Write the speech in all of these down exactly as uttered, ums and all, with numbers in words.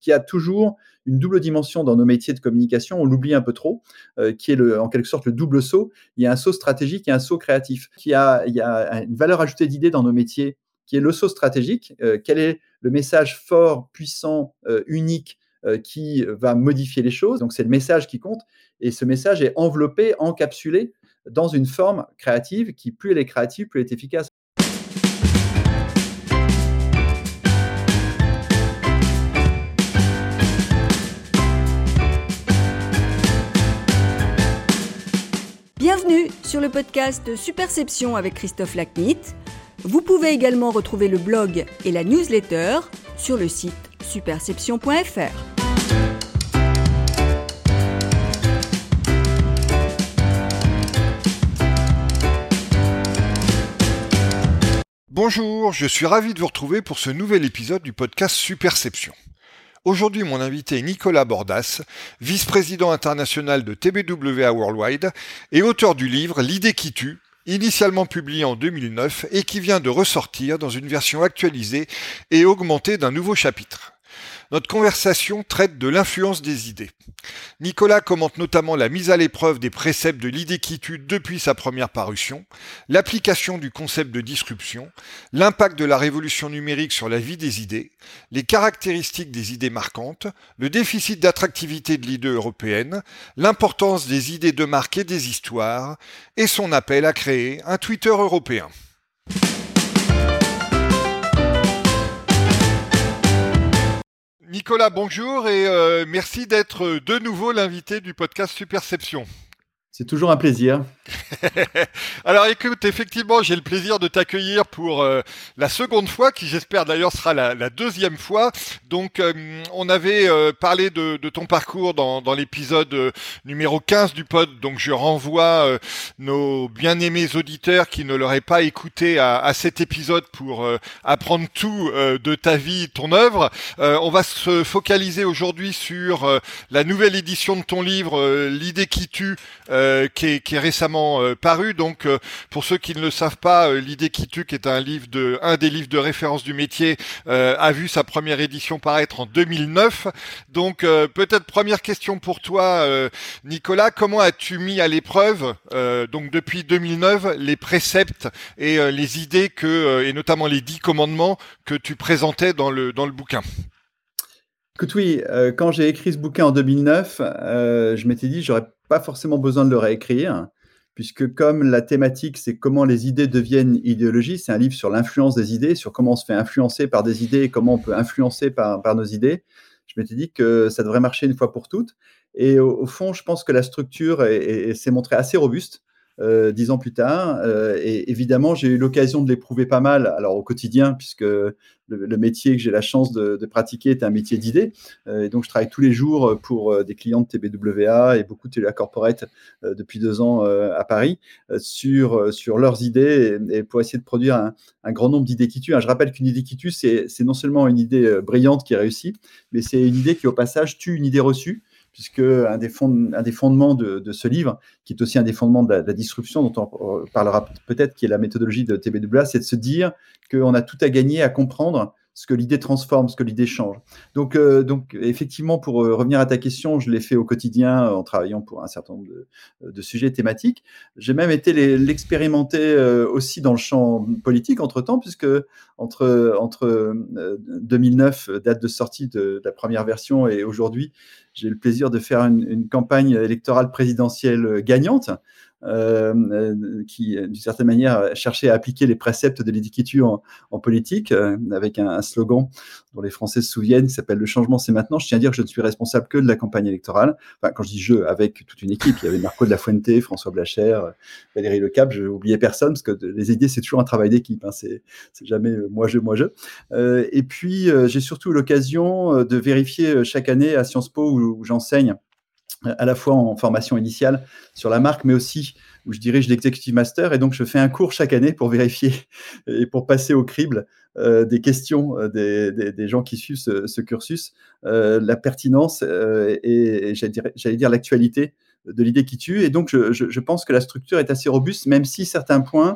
qui a toujours une double dimension dans nos métiers de communication, on l'oublie un peu trop, euh, qui est le, en quelque sorte le double saut. Il y a un saut stratégique et un saut créatif. Qui a, il y a une valeur ajoutée d'idées dans nos métiers, qui est le saut stratégique. Euh, quel est le message fort, puissant, euh, unique, euh, qui va modifier les choses? Donc c'est le message qui compte, et ce message est enveloppé, encapsulé dans une forme créative qui, plus elle est créative, plus elle est efficace. Bienvenue sur le podcast Superception avec Christophe Lacnit. Vous pouvez également retrouver le blog et la newsletter sur le site superception point f r. Bonjour, je suis ravi de vous retrouver pour ce nouvel épisode du podcast Superception. Aujourd'hui, mon invité est Nicolas Bordas, vice-président international de T B W A Worldwide et auteur du livre L'idée qui tue, initialement publié en deux mille neuf et qui vient de ressortir dans une version actualisée et augmentée d'un nouveau chapitre. Notre conversation traite de l'influence des idées. Nicolas commente notamment la mise à l'épreuve des préceptes de l'idée qui tue depuis sa première parution, l'application du concept de disruption, l'impact de la révolution numérique sur la vie des idées, les caractéristiques des idées marquantes, le déficit d'attractivité de l'idée européenne, l'importance des idées de marque et des histoires, et son appel à créer un Twitter européen. Nicolas, bonjour et euh, merci d'être de nouveau l'invité du podcast Superception. C'est toujours un plaisir. Alors écoute, effectivement, j'ai le plaisir de t'accueillir pour euh, la seconde fois, qui j'espère d'ailleurs sera la, la deuxième fois. Donc euh, on avait euh, parlé de, de ton parcours dans, dans l'épisode euh, numéro quinze du pod, donc je renvoie euh, nos bien-aimés auditeurs qui ne l'auraient pas écouté à, à cet épisode pour euh, apprendre tout euh, de ta vie, ton œuvre. Euh, on va se focaliser aujourd'hui sur euh, la nouvelle édition de ton livre, euh, L'idée qui tue, euh, qui, est, qui est récemment euh, paru. Donc euh, pour ceux qui ne le savent pas, euh, L'idée qui tue, qui est un livre de, un des livres de référence du métier, euh, a vu sa première édition paraître en deux mille neuf. Donc euh, peut-être première question pour toi, euh, Nicolas, comment as-tu mis à l'épreuve, euh, donc depuis deux mille neuf, les préceptes et euh, les idées que, euh, et notamment les dix commandements que tu présentais dans le dans le bouquin? Écoute, oui, euh, quand j'ai écrit ce bouquin en deux mille neuf, euh, je m'étais dit j'aurais pas forcément besoin de le réécrire, puisque comme la thématique, c'est comment les idées deviennent idéologie, c'est un livre sur l'influence des idées, sur comment on se fait influencer par des idées et comment on peut influencer par, par nos idées. Je m'étais dit que ça devrait marcher une fois pour toutes. Et au, au fond, je pense que la structure est, est, s'est montrée assez robuste. Euh, dix ans plus tard, euh, et évidemment j'ai eu l'occasion de l'éprouver pas mal, alors au quotidien, puisque le, le métier que j'ai la chance de, de pratiquer est un métier d'idées, euh, et donc je travaille tous les jours pour euh, des clients de T B W A et beaucoup de Télé Corporate euh, depuis deux ans euh, à Paris, euh, sur, euh, sur leurs idées, et, et pour essayer de produire un, un grand nombre d'idées qui tuent. Je rappelle qu'une idée qui tue, c'est, c'est non seulement une idée euh, brillante qui réussit, mais c'est une idée qui au passage tue une idée reçue, puisque un des, fond, un des fondements de, de ce livre, qui est aussi un des fondements de la, de la disruption, dont on parlera peut-être, qui est la méthodologie de T B W A, c'est de se dire qu'on a tout à gagner à comprendre ce que l'idée transforme, ce que l'idée change. Donc, euh, donc effectivement, pour euh, revenir à ta question, je l'ai fait au quotidien euh, en travaillant pour un certain nombre de, de sujets thématiques. J'ai même été les, l'expérimenter euh, aussi dans le champ politique entre-temps, puisque entre, entre euh, deux mille neuf, date de sortie de, de la première version, et aujourd'hui, j'ai le plaisir de faire une, une campagne électorale présidentielle gagnante, euh, euh, qui, d'une certaine manière, cherchait à appliquer les préceptes de l'idée qui tue en, en politique, euh, avec un, un slogan dont les Français se souviennent, qui s'appelle « Le changement, c'est maintenant ». Je tiens à dire que je ne suis responsable que de la campagne électorale. Enfin, quand je dis « je », avec toute une équipe, il y avait Marco de la Fuente, François Blacher, Valérie Lecap, je n'oubliais personne, parce que les idées, c'est toujours un travail d'équipe, hein, c'est, c'est jamais « moi, je, moi, je euh, ». Et puis, euh, j'ai surtout eu l'occasion de vérifier chaque année à Sciences Po, où, où j'enseigne, à la fois en formation initiale sur la marque, mais aussi où je dirige l'Executive Master. Et donc, je fais un cours chaque année pour vérifier et pour passer au crible euh, des questions euh, des, des, des gens qui suivent ce, ce cursus, euh, la pertinence euh, et, et j'allais dire, j'allais dire l'actualité de l'idée qui tue. Et donc, je, je, je pense que la structure est assez robuste, même si certains points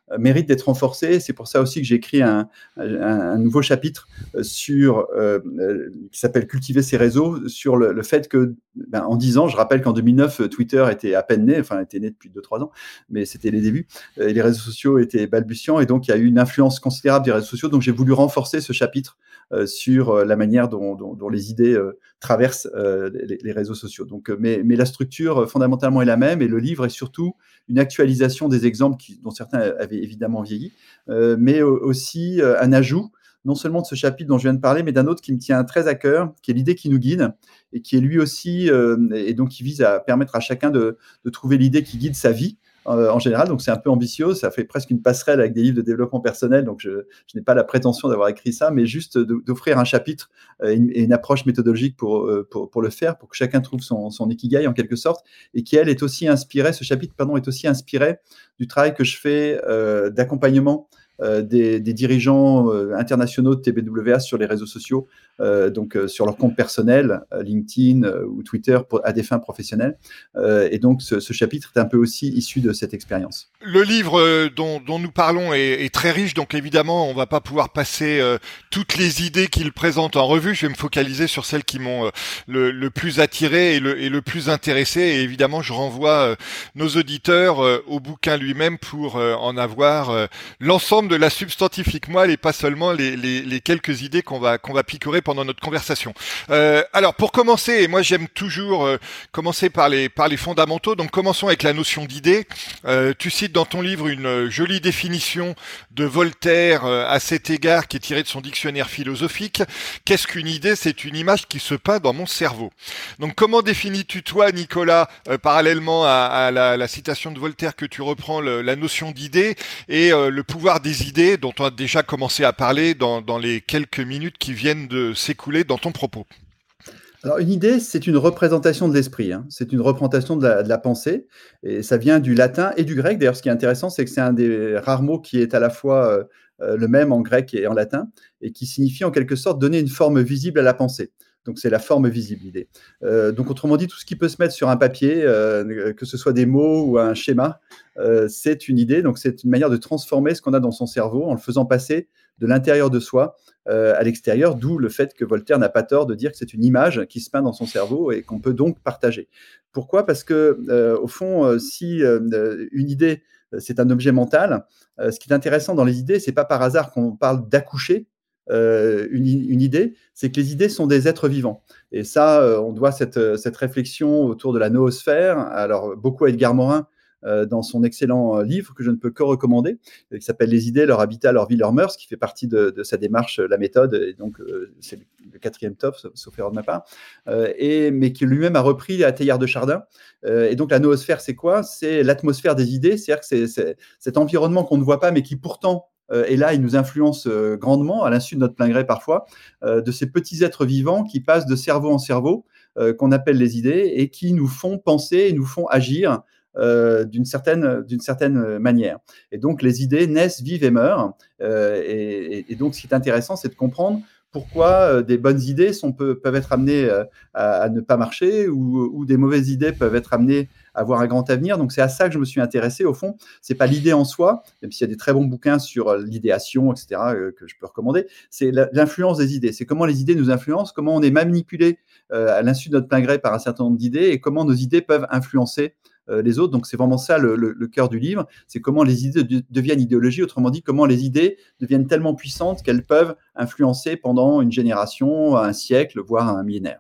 euh, mérite d'être renforcée. C'est pour ça aussi que j'ai écrit un, un, un nouveau chapitre sur, euh, qui s'appelle « Cultiver ses réseaux », sur le, le fait que, ben, en dix ans, je rappelle qu'en deux mille neuf, Twitter était à peine né, enfin, était né depuis deux trois ans, mais c'était les débuts, et les réseaux sociaux étaient balbutiants, et donc il y a eu une influence considérable des réseaux sociaux. Donc j'ai voulu renforcer ce chapitre euh, sur euh, la manière dont, dont, dont les idées euh, traversent euh, les, les réseaux sociaux. Donc, euh, mais, mais la structure, euh, fondamentalement, est la même, et le livre est surtout une actualisation des exemples qui, dont certains avaient évidemment vieilli, euh, mais aussi euh, un ajout, non seulement de ce chapitre dont je viens de parler, mais d'un autre qui me tient très à cœur, qui est l'idée qui nous guide, et qui est lui aussi, euh, et donc qui vise à permettre à chacun de, de trouver l'idée qui guide sa vie, euh, en général. Donc c'est un peu ambitieux, ça fait presque une passerelle avec des livres de développement personnel, donc je, je n'ai pas la prétention d'avoir écrit ça, mais juste de, d'offrir un chapitre euh, et une, une approche méthodologique pour, euh, pour, pour le faire, pour que chacun trouve son, son ikigai en quelque sorte, et qui, elle, est aussi inspirée, ce chapitre, pardon, est aussi inspiré du travail que je fais euh, d'accompagnement Euh, des, des dirigeants euh, internationaux de T B W A sur les réseaux sociaux, euh, donc euh, sur leur compte personnel, euh, LinkedIn euh, ou Twitter pour, à des fins professionnelles. Euh, et donc ce, ce chapitre est un peu aussi issu de cette expérience. Le livre dont, dont nous parlons est, est très riche, donc évidemment on va pas pouvoir passer euh, toutes les idées qu'il présente en revue. Je vais me focaliser sur celles qui m'ont euh, le, le plus attiré et le, et le plus intéressé. Et évidemment je renvoie euh, nos auditeurs euh, au bouquin lui-même pour euh, en avoir euh, l'ensemble de la substantifique moelle et pas seulement les, les, les quelques idées qu'on va qu'on va picorer pendant notre conversation. Euh, alors pour commencer, et moi j'aime toujours euh, commencer par les par les fondamentaux. Donc commençons avec la notion d'idée. Euh, tu cites dans ton livre une jolie définition de Voltaire euh, à cet égard qui est tirée de son dictionnaire philosophique. Qu'est-ce qu'une idée ? C'est une image qui se peint dans mon cerveau. Donc comment définis-tu toi, Nicolas, euh, parallèlement à, à la, la citation de Voltaire que tu reprends, le, la notion d'idée et euh, le pouvoir des idées dont on a déjà commencé à parler dans, dans les quelques minutes qui viennent de s'écouler dans ton propos? Alors, une idée, c'est une représentation de l'esprit, hein. C'est une représentation de la, de la pensée, et ça vient du latin et du grec. D'ailleurs, ce qui est intéressant, c'est que c'est un des rares mots qui est à la fois euh, euh, le même en grec et en latin, et qui signifie en quelque sorte donner une forme visible à la pensée. Donc, c'est la forme visible, l'idée. Euh, donc, autrement dit, tout ce qui peut se mettre sur un papier, euh, que ce soit des mots ou un schéma, euh, c'est une idée. Donc, c'est une manière de transformer ce qu'on a dans son cerveau en le faisant passer de l'intérieur de soi euh, à l'extérieur, d'où le fait que Voltaire n'a pas tort de dire que c'est une image qui se peint dans son cerveau et qu'on peut donc partager. Pourquoi ? Parce que, euh, au fond, euh, si euh, une idée, c'est un objet mental, euh, ce qui est intéressant dans les idées, c'est pas par hasard qu'on parle d'accoucher Euh, une, une idée, c'est que les idées sont des êtres vivants. Et ça, euh, on doit cette, cette réflexion autour de la noosphère, alors beaucoup à Edgar Morin, euh, dans son excellent livre que je ne peux que recommander, qui s'appelle « Les idées, leur habitat, leur vie, leurs mœurs », qui fait partie de, de sa démarche, la méthode, et donc euh, c'est le quatrième tome, sauf erreur de ma part, euh, et, mais qui lui-même a repris à Teilhard de Chardin. Euh, et donc la noosphère, c'est quoi ? C'est l'atmosphère des idées, c'est-à-dire que c'est, c'est cet environnement qu'on ne voit pas, mais qui pourtant Euh, et là, il nous influence euh, grandement, à l'insu de notre plein gré parfois, euh, de ces petits êtres vivants qui passent de cerveau en cerveau, euh, qu'on appelle les idées, et qui nous font penser et nous font agir euh, d'une certaine, d'une certaine manière. Et donc, les idées naissent, vivent et meurent. Euh, et, et donc, ce qui est intéressant, c'est de comprendre pourquoi euh, des bonnes idées sont, peuvent, peuvent être amenées euh, à, à ne pas marcher, ou, ou des mauvaises idées peuvent être amenées à avoir un grand avenir. Donc, c'est à ça que je me suis intéressé, au fond. Ce n'est pas l'idée en soi, même s'il y a des très bons bouquins sur l'idéation, et cetera, euh, que je peux recommander. C'est la, l'influence des idées. C'est comment les idées nous influencent, comment on est manipulé euh, à l'insu de notre plein gré par un certain nombre d'idées, et comment nos idées peuvent influencer euh, les autres. Donc, c'est vraiment ça le, le, le cœur du livre. C'est comment les idées de, deviennent idéologie. Autrement dit, comment les idées deviennent tellement puissantes qu'elles peuvent influencer pendant une génération, un siècle, voire un millénaire.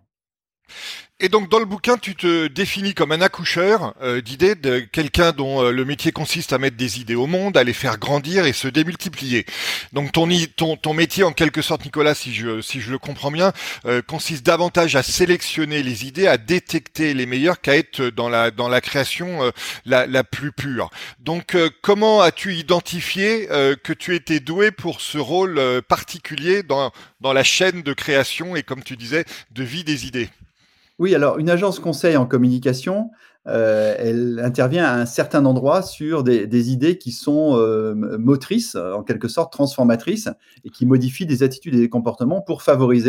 Et donc dans le bouquin, tu te définis comme un accoucheur euh, d'idées, de quelqu'un dont euh, le métier consiste à mettre des idées au monde, à les faire grandir et se démultiplier. Donc ton ton, ton métier en quelque sorte, Nicolas, si je si je le comprends bien, euh, consiste davantage à sélectionner les idées, à détecter les meilleures, qu'à être dans la dans la création euh, la la plus pure. Donc euh, comment as-tu identifié euh, que tu étais doué pour ce rôle euh, particulier dans dans la chaîne de création et, comme tu disais, de vie des idées ? Oui, alors une agence conseil en communication, euh, elle intervient à un certain endroit sur des, des idées qui sont euh, motrices, en quelque sorte transformatrices, et qui modifient des attitudes et des comportements pour favoriser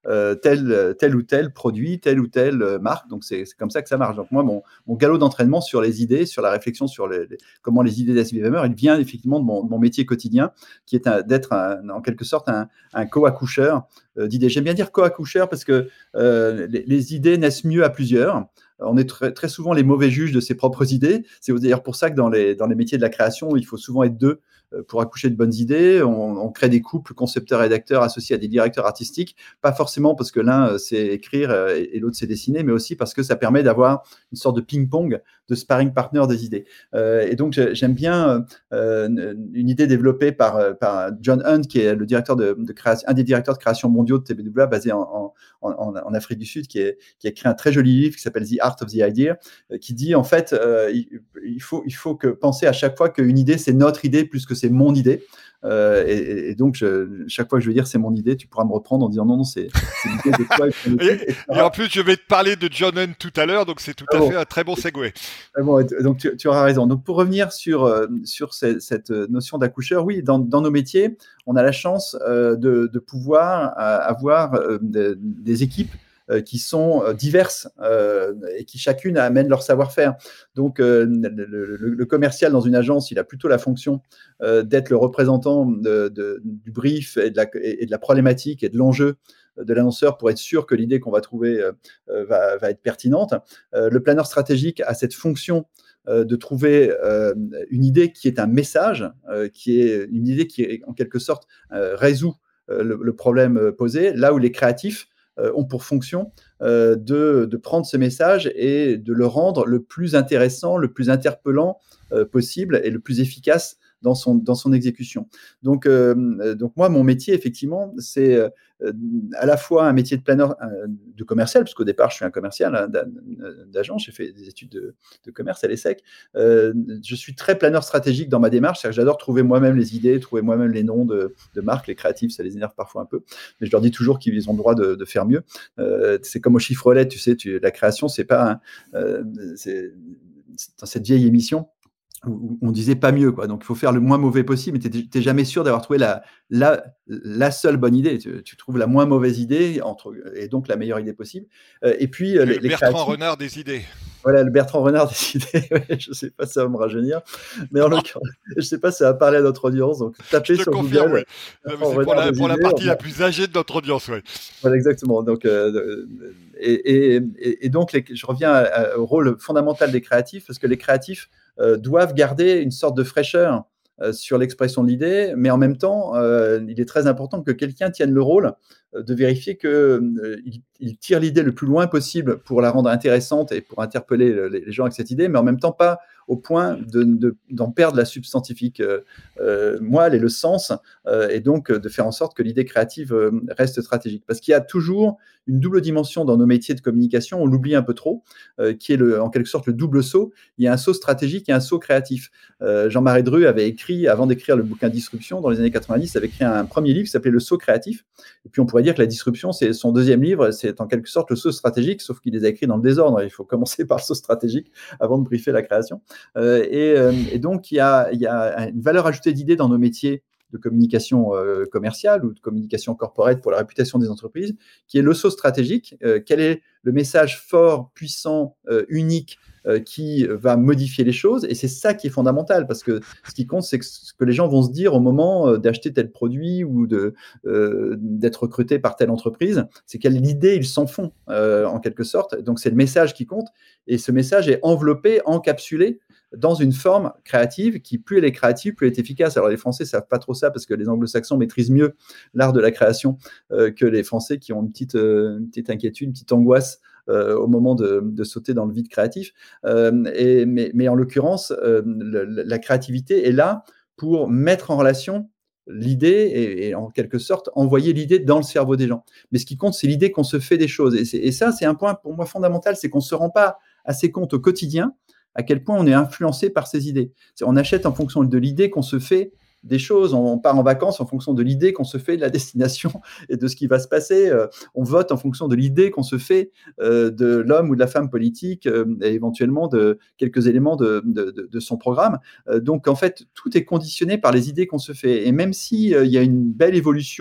euh, tel, tel ou tel produit, telle ou telle marque. Donc, c'est, c'est comme ça que ça marche. Donc, moi, mon, mon galop d'entraînement sur les idées, sur la réflexion sur les, les, comment les idées d'S V Hammer, il vient effectivement de mon, de mon métier quotidien, qui est un, d'être un, en quelque sorte un, un co-accoucheur euh, d'idées. J'aime bien dire co-accoucheur parce que euh, les, les idées naissent mieux à plusieurs. On est très, très souvent les mauvais juges de ses propres idées. C'est d'ailleurs pour ça que dans les, dans les métiers de la création, il faut souvent être deux pour accoucher de bonnes idées. On, on crée des couples concepteurs-rédacteurs associés à des directeurs artistiques, pas forcément parce que l'un c'est écrire et l'autre c'est dessiner, mais aussi parce que ça permet d'avoir une sorte de ping-pong, de sparring partner des idées. Euh, et donc j'aime bien euh, une idée développée par, par John Hunt, qui est le directeur de, de création, un des directeurs de création mondiaux de T B W A, basé en, en, en, en Afrique du Sud, qui, est, qui a écrit un très joli livre qui s'appelle The Art of the Idea, qui dit en fait euh, il, il, faut, il faut que penser à chaque fois qu'une idée c'est notre idée plus que c'est mon idée. Euh, et, et donc, je, chaque fois que je vais dire c'est mon idée, tu pourras me reprendre en disant non, non, c'est, c'est l'idée de toi. Et, et, et en plus, je vais te parler de John Hunt tout à l'heure, donc c'est tout à ah bon. fait un très bon segue. Ah bon, donc, tu, tu auras raison. Donc, pour revenir sur, sur cette, cette notion d'accoucheur, oui, dans, dans nos métiers, on a la chance euh, de, de pouvoir euh, avoir euh, de, des équipes qui sont diverses euh, et qui chacune amène leur savoir-faire. Donc, euh, le, le, le commercial dans une agence, il a plutôt la fonction euh, d'être le représentant de, de, du brief et de, la, et de la problématique et de l'enjeu de l'annonceur pour être sûr que l'idée qu'on va trouver euh, va, va être pertinente. Euh, le planeur stratégique a cette fonction euh, de trouver euh, une idée qui est un message, euh, qui est une idée qui, en quelque sorte, euh, résout euh, le, le problème posé, là où les créatifs Euh, ont pour fonction euh, de, de prendre ce message et de le rendre le plus intéressant, le plus interpellant euh, possible et le plus efficace dans son, dans son exécution. Donc, euh, donc moi, mon métier, effectivement, c'est euh, à la fois un métier de planeur, euh, de commercial, parce qu'au départ, je suis un commercial hein, d'agence, j'ai fait des études de, de commerce à l'ESSEC. Euh, je suis très planeur stratégique dans ma démarche, c'est-à-dire que j'adore trouver moi-même les idées, trouver moi-même les noms de, de marques. Les créatifs, ça les énerve parfois un peu, mais je leur dis toujours qu'ils ont le droit de, de faire mieux. Euh, c'est comme au chiffrelet, tu sais, tu, la création, c'est pas un, euh, c'est, c'est dans cette vieille émission où on disait pas mieux, quoi. Donc, il faut faire le moins mauvais possible, mais tu n'es jamais sûr d'avoir trouvé la, la, la seule bonne idée. Tu, tu trouves la moins mauvaise idée entre, et donc la meilleure idée possible. Euh, et puis, le les, les Bertrand créatifs, Renard des idées. Voilà, le Bertrand Renard des idées. Je ne sais pas si ça va me rajeunir, mais en l'occurrence, je ne sais pas si ça va parler à notre audience. Donc, tapez sur confirme, Google. Oui. C'est pour la, pour la partie la plus âgée de notre audience, oui. Voilà, exactement. Donc, euh, et, et, et donc, les, je reviens à, à, au rôle fondamental des créatifs, parce que les créatifs euh, doivent garder une sorte de fraîcheur euh, sur l'expression de l'idée, mais en même temps, euh, il est très important que quelqu'un tienne le rôle euh, de vérifier qu'il euh, il tire l'idée le plus loin possible pour la rendre intéressante et pour interpeller le, les gens avec cette idée, mais en même temps pas au point de, de, d'en perdre la substantifique euh, euh, moelle et le sens, euh, et donc de faire en sorte que l'idée créative euh, reste stratégique. Parce qu'il y a toujours une double dimension dans nos métiers de communication, on l'oublie un peu trop, euh, qui est le, en quelque sorte le double saut. Il y a un saut stratégique et un saut créatif. Euh, Jean-Marie Dru avait écrit, avant d'écrire le bouquin Disruption, dans les années quatre-vingt-dix, avait écrit un premier livre qui s'appelait Le saut créatif. Et puis on pourrait dire que la Disruption, c'est son deuxième livre, c'est en quelque sorte le saut stratégique, sauf qu'il les a écrits dans le désordre. Il faut commencer par le saut stratégique avant de briefer la création. Euh, et, euh, et donc, il y a, il y a une valeur ajoutée d'idées dans nos métiers de communication euh, commerciale ou de communication corporate pour la réputation des entreprises, qui est le saut stratégique. Euh, quel est le message fort, puissant, euh, unique euh, qui va modifier les choses? Et c'est ça qui est fondamental, parce que ce qui compte, c'est que ce que les gens vont se dire au moment euh, d'acheter tel produit ou de, euh, d'être recruté par telle entreprise, c'est quelle idée ils s'en font, euh, en quelque sorte. Donc, c'est le message qui compte, et ce message est enveloppé, encapsulé dans une forme créative qui, plus elle est créative, plus elle est efficace. Alors, les Français ne savent pas trop ça parce que les Anglo-Saxons maîtrisent mieux l'art de la création euh, que les Français qui ont une petite, euh, une petite inquiétude, une petite angoisse euh, au moment de, de sauter dans le vide créatif. Euh, et, mais, mais en l'occurrence, euh, le, la créativité est là pour mettre en relation l'idée et, et en quelque sorte envoyer l'idée dans le cerveau des gens. Mais ce qui compte, c'est l'idée qu'on se fait des choses. Et, c'est, et ça, c'est un point pour moi fondamental, c'est qu'on ne se rend pas assez compte au quotidien à quel point on est influencé par ces idées. C'est, on achète en fonction de l'idée qu'on se fait des choses, on, on part en vacances en fonction de l'idée qu'on se fait de la destination et de ce qui va se passer, euh, on vote en fonction de l'idée qu'on se fait euh, de l'homme ou de la femme politique euh, et éventuellement de quelques éléments de, de, de, de son programme. Euh, donc en fait, tout est conditionné par les idées qu'on se fait. Et même s'il euh, y a une belle évolution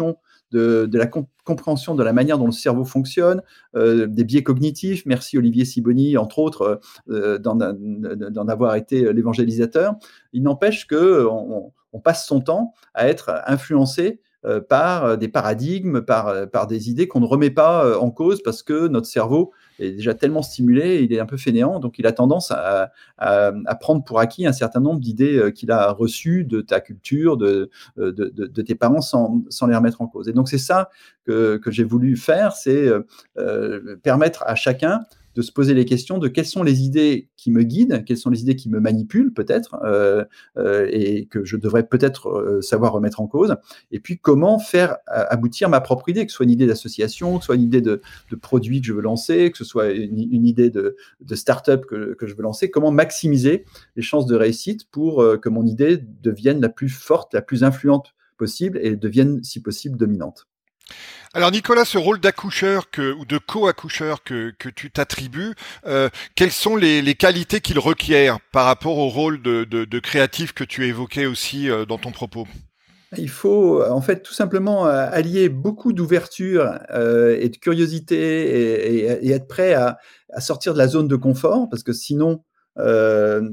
de, de la comp- compréhension de la manière dont le cerveau fonctionne, euh, des biais cognitifs. Merci Olivier Sibony, entre autres, euh, d'en, d'en avoir été l'évangélisateur. Il n'empêche qu'on on passe son temps à être influencé euh, par des paradigmes, par, par des idées qu'on ne remet pas en cause parce que notre cerveau est déjà tellement stimulé, il est un peu fainéant, donc il a tendance à, à, à prendre pour acquis un certain nombre d'idées qu'il a reçues de ta culture, de, de, de, de tes parents sans, sans les remettre en cause. Et donc c'est ça que, que j'ai voulu faire, c'est euh, permettre à chacun de se poser les questions de quelles sont les idées qui me guident, quelles sont les idées qui me manipulent peut-être, euh, euh, et que je devrais peut-être euh, savoir remettre en cause, et puis comment faire aboutir ma propre idée, que ce soit une idée d'association, que ce soit une idée de, de produit que je veux lancer, que ce soit une, une idée de, de start-up que, que je veux lancer, comment maximiser les chances de réussite pour euh, que mon idée devienne la plus forte, la plus influente possible et devienne, si possible, dominante. Alors Nicolas, ce rôle d'accoucheur que, ou de co-accoucheur que, que tu t'attribues, euh, quelles sont les, les qualités qu'il requiert par rapport au rôle de, de, de créatif que tu évoquais aussi euh, dans ton propos? Il faut en fait tout simplement allier beaucoup d'ouverture euh, et de curiosité et, et, et être prêt à, à sortir de la zone de confort, parce que sinon euh,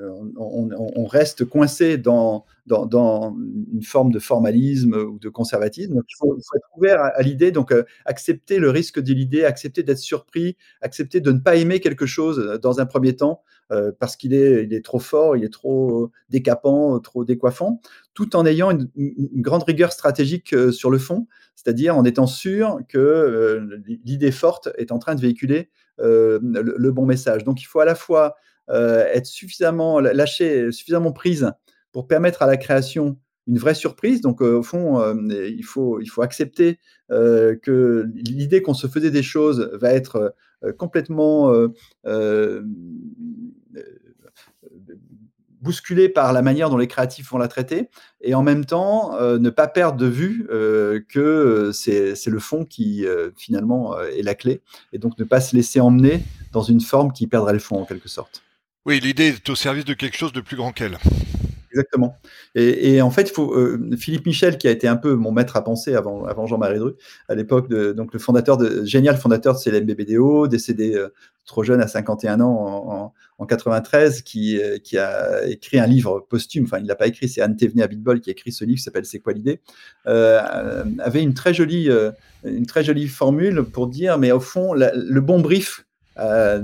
on, on, on reste coincé dans, dans, dans une forme de formalisme ou de conservatisme. Donc, il faut, il faut être ouvert à, à l'idée, donc euh, accepter le risque de l'idée, accepter d'être surpris, accepter de ne pas aimer quelque chose dans un premier temps euh, parce qu'il est, il est trop fort, il est trop décapant, trop décoiffant, tout en ayant une, une grande rigueur stratégique euh, sur le fond, c'est-à-dire en étant sûr que euh, l'idée forte est en train de véhiculer euh, le, le bon message. Donc il faut à la fois euh, être suffisamment lâché, suffisamment prise pour permettre à la création une vraie surprise. Donc euh, au fond, euh, il, faut, il faut accepter euh, que l'idée qu'on se faisait des choses va être euh, complètement euh, euh, bousculée par la manière dont les créatifs vont la traiter, et en même temps euh, ne pas perdre de vue euh, que c'est, c'est le fond qui euh, finalement euh, est la clé, et donc ne pas se laisser emmener dans une forme qui perdrait le fond en quelque sorte. Oui, l'idée est au service de quelque chose de plus grand qu'elle. Exactement. Et, et en fait, il faut, euh, Philippe Michel, qui a été un peu mon maître à penser avant, avant Jean-Marie Dru, à l'époque, de, donc le fondateur de, génial fondateur de C L M B B D O, décédé euh, trop jeune à cinquante et un ans en, en, en quatre-vingt-treize, qui, euh, qui a écrit un livre posthume, enfin il ne l'a pas écrit, c'est Anne Thévenet Abitbol qui a écrit ce livre qui s'appelle C'est quoi l'idée, euh, avait une très jolie, euh, une très jolie formule pour dire, mais au fond, la, le bon brief euh,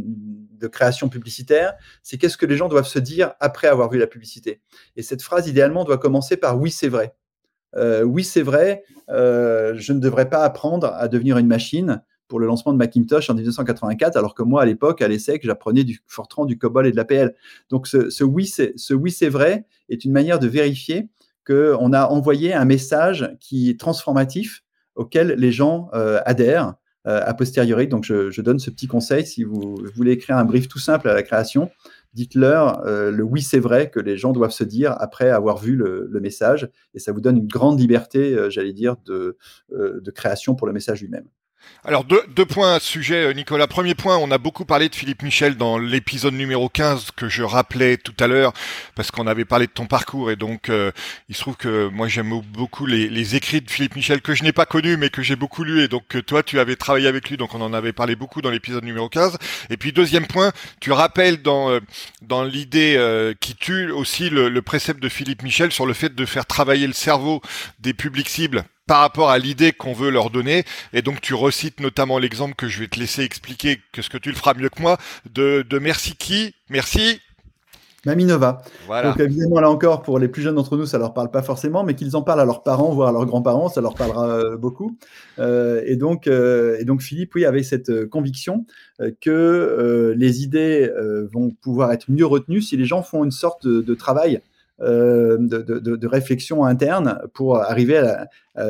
de création publicitaire, c'est qu'est-ce que les gens doivent se dire après avoir vu la publicité. Et cette phrase, idéalement, doit commencer par « oui, c'est vrai ». Euh, oui, c'est vrai, euh, je ne devrais pas apprendre à devenir une machine pour le lancement de Macintosh en dix-neuf cent quatre-vingt-quatre, alors que moi, à l'époque, à l'ESSEC, j'apprenais du Fortran, du COBOL et de l'A P L. Donc, ce, ce, oui, c'est, ce oui, c'est vrai est une manière de vérifier qu'on a envoyé un message qui est transformatif, auquel les gens euh, adhèrent euh, a posteriori. Donc, je, je donne ce petit conseil. Si vous voulez écrire un brief tout simple à la création, dites-leur euh, le oui, c'est vrai que les gens doivent se dire après avoir vu le, le message, et ça vous donne une grande liberté, euh, j'allais dire, de, euh, de création pour le message lui-même. Alors deux, deux points à ce sujet, Nicolas. Premier point, on a beaucoup parlé de Philippe Michel dans l'épisode numéro quinze que je rappelais tout à l'heure parce qu'on avait parlé de ton parcours, et donc euh, il se trouve que moi j'aime beaucoup les, les écrits de Philippe Michel que je n'ai pas connus mais que j'ai beaucoup lus, et donc que toi tu avais travaillé avec lui, donc on en avait parlé beaucoup dans l'épisode numéro quinze. Et puis deuxième point, tu rappelles dans euh, dans l'idée euh, qui tue aussi le, le précepte de Philippe Michel sur le fait de faire travailler le cerveau des publics cibles par rapport à l'idée qu'on veut leur donner. Et donc tu recites notamment l'exemple que je vais te laisser expliquer, que ce que tu le feras mieux que moi, de, de Merci qui Merci Maminova. Voilà. Donc évidemment, là encore, pour les plus jeunes d'entre nous, ça leur parle pas forcément, mais qu'ils en parlent à leurs parents, voire à leurs grands-parents, ça leur parlera euh, beaucoup. Euh, et, donc, euh, et donc Philippe, oui, avait cette euh, conviction euh, que euh, les idées euh, vont pouvoir être mieux retenues si les gens font une sorte de, de travail Euh, de, de, de réflexion interne pour arriver à, à,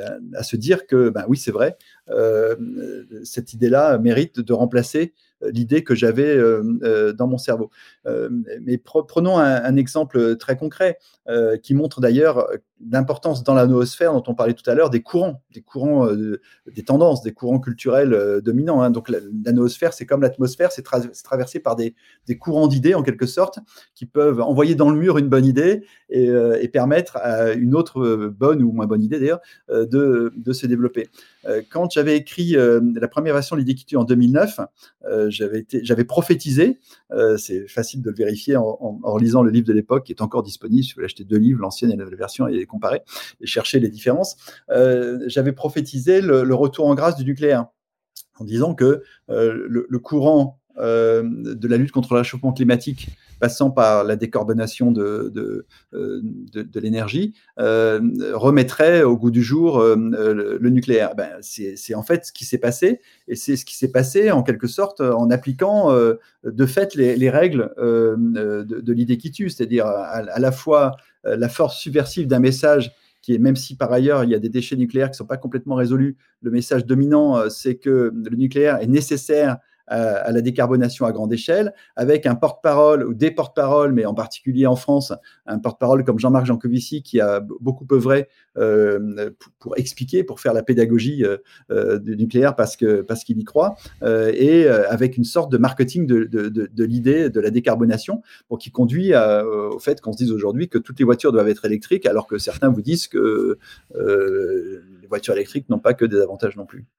à se dire que, ben oui, c'est vrai, euh, cette idée-là mérite de remplacer l'idée que j'avais euh, euh, dans mon cerveau. Euh, mais pre- prenons un, un exemple très concret euh, qui montre d'ailleurs d'importance dans la noosphère dont on parlait tout à l'heure, des courants, des courants, euh, des tendances, des courants culturels euh, dominants. Hein. Donc la, la noosphère, c'est comme l'atmosphère, c'est, tra- c'est traversé par des, des courants d'idées en quelque sorte qui peuvent envoyer dans le mur une bonne idée et, euh, et permettre à une autre bonne ou moins bonne idée d'ailleurs euh, de, de se développer. Euh, quand j'avais écrit euh, la première version de l'idée qui tue en deux mille neuf, euh, j'avais, été, j'avais prophétisé, euh, c'est facile de le vérifier en, en, en lisant le livre de l'époque qui est encore disponible, si vous voulez acheter deux livres, l'ancienne et la nouvelle version, et les comparer et chercher les différences. Euh, j'avais prophétisé le, le retour en grâce du nucléaire en disant que euh, le, le courant euh, de la lutte contre le réchauffement climatique passant par la décarbonation de, de, de, de l'énergie, euh, remettrait au goût du jour euh, le, le nucléaire. Ben, c'est, c'est en fait ce qui s'est passé, et c'est ce qui s'est passé en quelque sorte en appliquant euh, de fait les, les règles euh, de, de l'idée qui tue, c'est-à-dire à, à la fois la force subversive d'un message qui est, même si par ailleurs il y a des déchets nucléaires qui ne sont pas complètement résolus, le message dominant, c'est que le nucléaire est nécessaire à la décarbonation à grande échelle, avec un porte-parole ou des porte-paroles, mais en particulier en France, un porte-parole comme Jean-Marc Jancovici qui a beaucoup œuvré euh, pour, pour expliquer, pour faire la pédagogie euh, du nucléaire parce, que, parce qu'il y croit, euh, et avec une sorte de marketing de, de, de, de l'idée de la décarbonation, pour qui conduit à, au fait qu'on se dise aujourd'hui que toutes les voitures doivent être électriques, alors que certains vous disent que euh, les voitures électriques n'ont pas que des avantages non plus.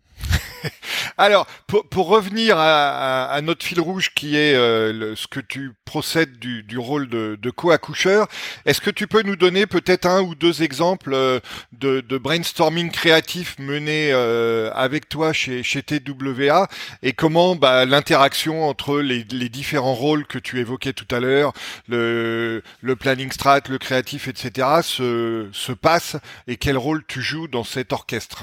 Alors, pour, pour revenir à, à, à notre fil rouge qui est euh, le, ce que tu procèdes du, du rôle de, de co-accoucheur, est-ce que tu peux nous donner peut-être un ou deux exemples euh, de, de brainstorming créatif mené euh, avec toi chez, chez T W A, et comment bah, l'interaction entre les, les différents rôles que tu évoquais tout à l'heure, le, le planning strat, le créatif, et cetera, se, se passe, et quel rôle tu joues dans cet orchestre?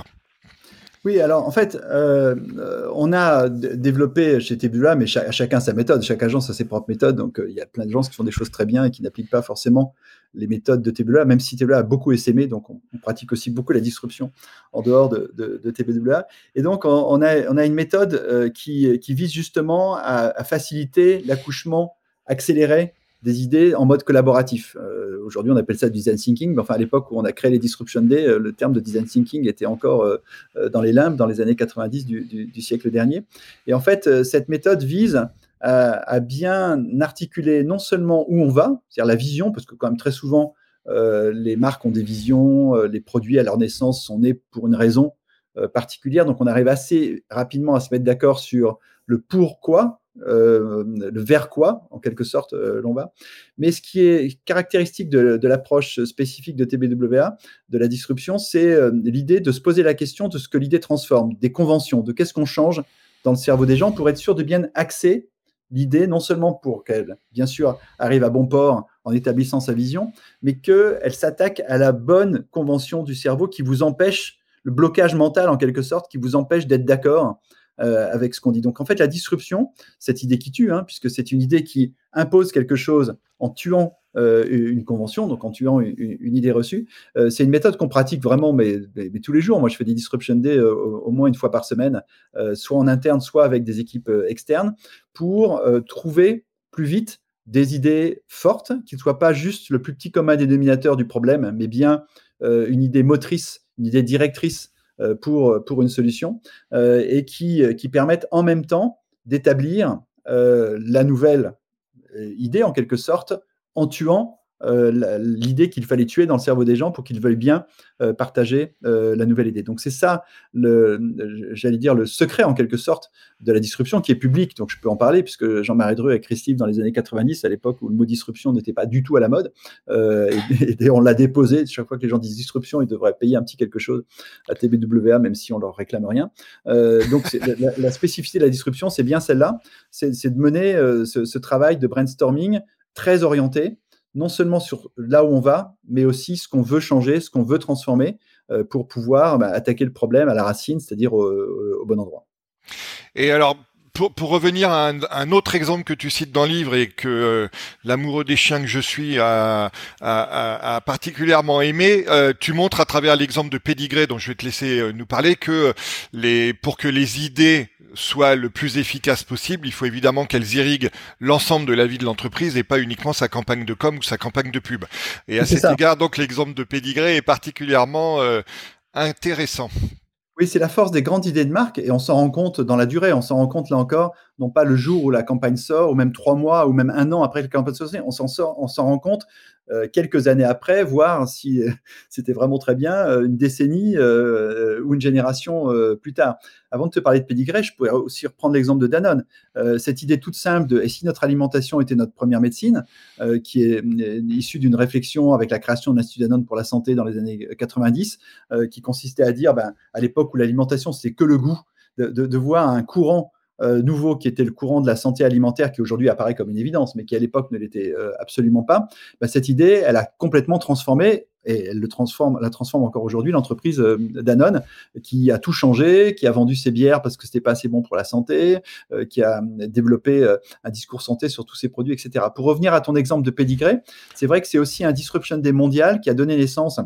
Oui, alors en fait, euh, on a d- développé chez T W A, mais cha- chacun sa méthode, chaque agence a ses propres méthodes, donc euh, il y a plein de gens qui font des choses très bien et qui n'appliquent pas forcément les méthodes de T W A, même si T W A a beaucoup essaimé, donc on, on pratique aussi beaucoup la disruption en dehors de, de, de T W A. Et donc on, on, a, on a une méthode euh, qui, qui vise justement à, à faciliter l'accouchement accéléré des idées en mode collaboratif. Euh, aujourd'hui, on appelle ça du design thinking, mais enfin, à l'époque où on a créé les Disruption Day, euh, le terme de design thinking était encore euh, dans les limbes dans les années quatre-vingt-dix du, du, du siècle dernier. Et en fait, euh, cette méthode vise à, à bien articuler non seulement où on va, c'est-à-dire la vision, parce que quand même très souvent, euh, les marques ont des visions, euh, les produits à leur naissance sont nés pour une raison euh, particulière, donc on arrive assez rapidement à se mettre d'accord sur le pourquoi, euh, le vers quoi, en quelque sorte, euh, l'on va. Mais ce qui est caractéristique de, de l'approche spécifique de T W A, de la disruption, c'est euh, l'idée de se poser la question de ce que l'idée transforme, des conventions, de qu'est-ce qu'on change dans le cerveau des gens pour être sûr de bien axer l'idée, non seulement pour qu'elle, bien sûr, arrive à bon port en établissant sa vision, mais qu'elle s'attaque à la bonne convention du cerveau qui vous empêche, le blocage mental en quelque sorte, qui vous empêche d'être d'accord Euh, avec ce qu'on dit. Donc en fait, la disruption, cette idée qui tue, hein, puisque c'est une idée qui impose quelque chose en tuant euh, une convention, donc en tuant une, une idée reçue, euh, c'est une méthode qu'on pratique vraiment, mais, mais, mais tous les jours. Moi, je fais des Disruption Day euh, au, au moins une fois par semaine, euh, soit en interne, soit avec des équipes euh, externes, pour euh, trouver plus vite des idées fortes, qui ne soient pas juste le plus petit commun dénominateur du problème, mais bien euh, une idée motrice, une idée directrice Pour, pour une solution euh, et qui, qui permettent en même temps d'établir euh, la nouvelle idée en quelque sorte en tuant euh, la, l'idée qu'il fallait tuer dans le cerveau des gens pour qu'ils veuillent bien euh, partager euh, la nouvelle idée. Donc c'est ça, le, j'allais dire, le secret en quelque sorte de la disruption qui est public, donc je peux en parler puisque Jean-Marie Dreux a écrit ce livre dans les années quatre-vingt-dix, à l'époque où le mot disruption n'était pas du tout à la mode, euh, et, et on l'a déposé. Chaque fois que les gens disent disruption, ils devraient payer un petit quelque chose à T W A, même si on leur réclame rien. Euh, donc c'est, la, la spécificité de la disruption, c'est bien celle-là, c'est, c'est de mener euh, ce, ce travail de brainstorming très orienté, non seulement sur là où on va, mais aussi ce qu'on veut changer, ce qu'on veut transformer euh, pour pouvoir bah, attaquer le problème à la racine, c'est-à-dire au, au bon endroit. Et alors, pour, pour revenir à un, un autre exemple que tu cites dans le livre et que euh, l'amoureux des chiens que je suis a, a, a, a particulièrement aimé, euh, tu montres à travers l'exemple de Pédigré, dont je vais te laisser euh, nous parler, que les, pour que les idées soient le plus efficaces possible, il faut évidemment qu'elles irriguent l'ensemble de la vie de l'entreprise et pas uniquement sa campagne de com ou sa campagne de pub. Et à C'est cet ça. égard, donc l'exemple de Pédigré est particulièrement euh, intéressant. Oui, c'est la force des grandes idées de marque et on s'en rend compte dans la durée. On s'en rend compte là encore, non pas le jour où la campagne sort, ou même trois mois, ou même un an après que la campagne sort. On s'en sort, on s'en rend compte euh, quelques années après, voir si euh, c'était vraiment très bien, euh, une décennie euh, ou une génération euh, plus tard. Avant de te parler de Pédigré, je pourrais aussi reprendre l'exemple de Danone. Euh, cette idée toute simple de « et si notre alimentation était notre première médecine ?» euh, qui est euh, issue d'une réflexion avec la création de l'Institut Danone pour la santé dans les années quatre-vingt-dix, euh, qui consistait à dire, ben, à l'époque où l'alimentation, c'était que le goût, de, de, de voir un courant euh, nouveau qui était le courant de la santé alimentaire, qui aujourd'hui apparaît comme une évidence, mais qui à l'époque ne l'était euh, absolument pas. Ben, cette idée, elle a complètement transformé, et elle le transforme, la transforme encore aujourd'hui, l'entreprise euh, Danone, qui a tout changé, qui a vendu ses bières parce que c'était pas assez bon pour la santé, euh, qui a développé euh, un discours santé sur tous ses produits, et cetera. Pour revenir à ton exemple de Pédigré, c'est vrai que c'est aussi un Disruption Day mondial qui a donné naissance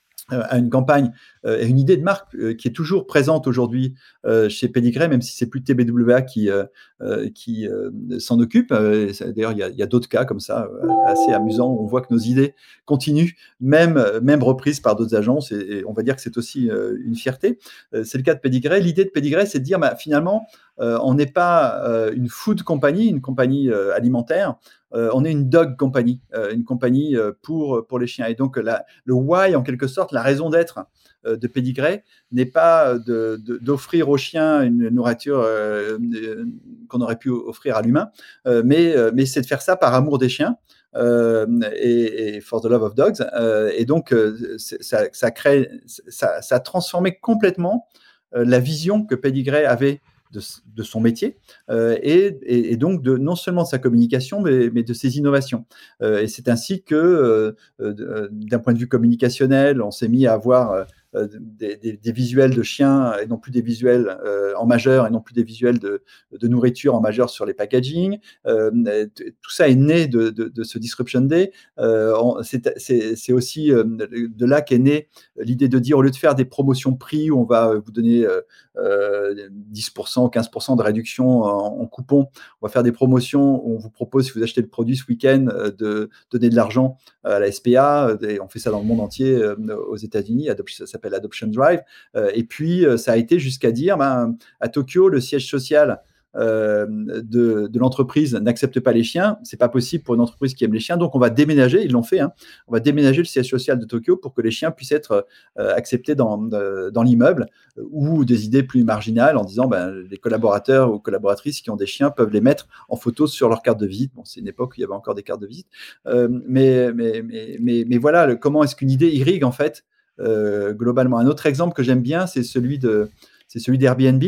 à une campagne euh, et une idée de marque euh, qui est toujours présente aujourd'hui euh, chez Pédigré, même si c'est plus T B W A qui, euh, qui euh, s'en occupe. Euh, d'ailleurs, il y a, y a d'autres cas comme ça, euh, assez amusants. On voit que nos idées continuent, même, même reprises par d'autres agences, et, et on va dire que c'est aussi euh, une fierté. Euh, c'est le cas de Pédigré. L'idée de Pédigré, c'est de dire, bah, finalement, euh, on n'est pas euh, une food company, une compagnie euh, alimentaire, Euh, on est une dog company, euh, une compagnie euh, pour, pour les chiens. Et donc, la, le why, en quelque sorte, la raison d'être euh, de Pédigré n'est pas de, de, d'offrir aux chiens une nourriture euh, euh, qu'on aurait pu offrir à l'humain, euh, mais, euh, mais c'est de faire ça par amour des chiens. Euh, et, et for the love of dogs. Euh, et donc, euh, ça, ça, crée, ça, ça a transformé complètement euh, la vision que Pédigré avait De, de son métier euh, et, et, et donc de, non seulement de sa communication, mais, mais de ses innovations. Euh, et c'est ainsi que, euh, euh, d'un point de vue communicationnel, on s'est mis à avoir euh, des, des, des visuels de chiens et non plus des visuels euh, en majeur et non plus des visuels de, de nourriture en majeur sur les packaging. Euh, tout ça est né de, de, de ce Disruption Day. Euh, c'est, c'est, c'est aussi euh, de là qu'est née l'idée de dire, au lieu de faire des promotions prix où on va vous donner euh, euh, dix pour cent, quinze pour cent de réduction en, en coupon, on va faire des promotions où on vous propose, si vous achetez le produit ce week-end, euh, de donner de l'argent à la S P A. Et on fait ça dans le monde entier euh, aux États-Unis. Ça s'appelle Adoption Drive. Euh, et puis, euh, ça a été jusqu'à dire, ben, à Tokyo, le siège social Euh, de, de l'entreprise n'accepte pas les chiens, c'est pas possible pour une entreprise qui aime les chiens, donc on va déménager, ils l'ont fait, hein, on va déménager le siège social de Tokyo pour que les chiens puissent être euh, acceptés dans, euh, dans l'immeuble, euh, ou des idées plus marginales en disant ben, les collaborateurs ou collaboratrices qui ont des chiens peuvent les mettre en photo sur leur carte de visite. Bon, c'est une époque où il y avait encore des cartes de visite, euh, mais, mais, mais, mais, mais voilà, le, comment est-ce qu'une idée irrigue en fait euh, globalement. Un autre exemple que j'aime bien, c'est celui de, c'est celui d'Airbnb.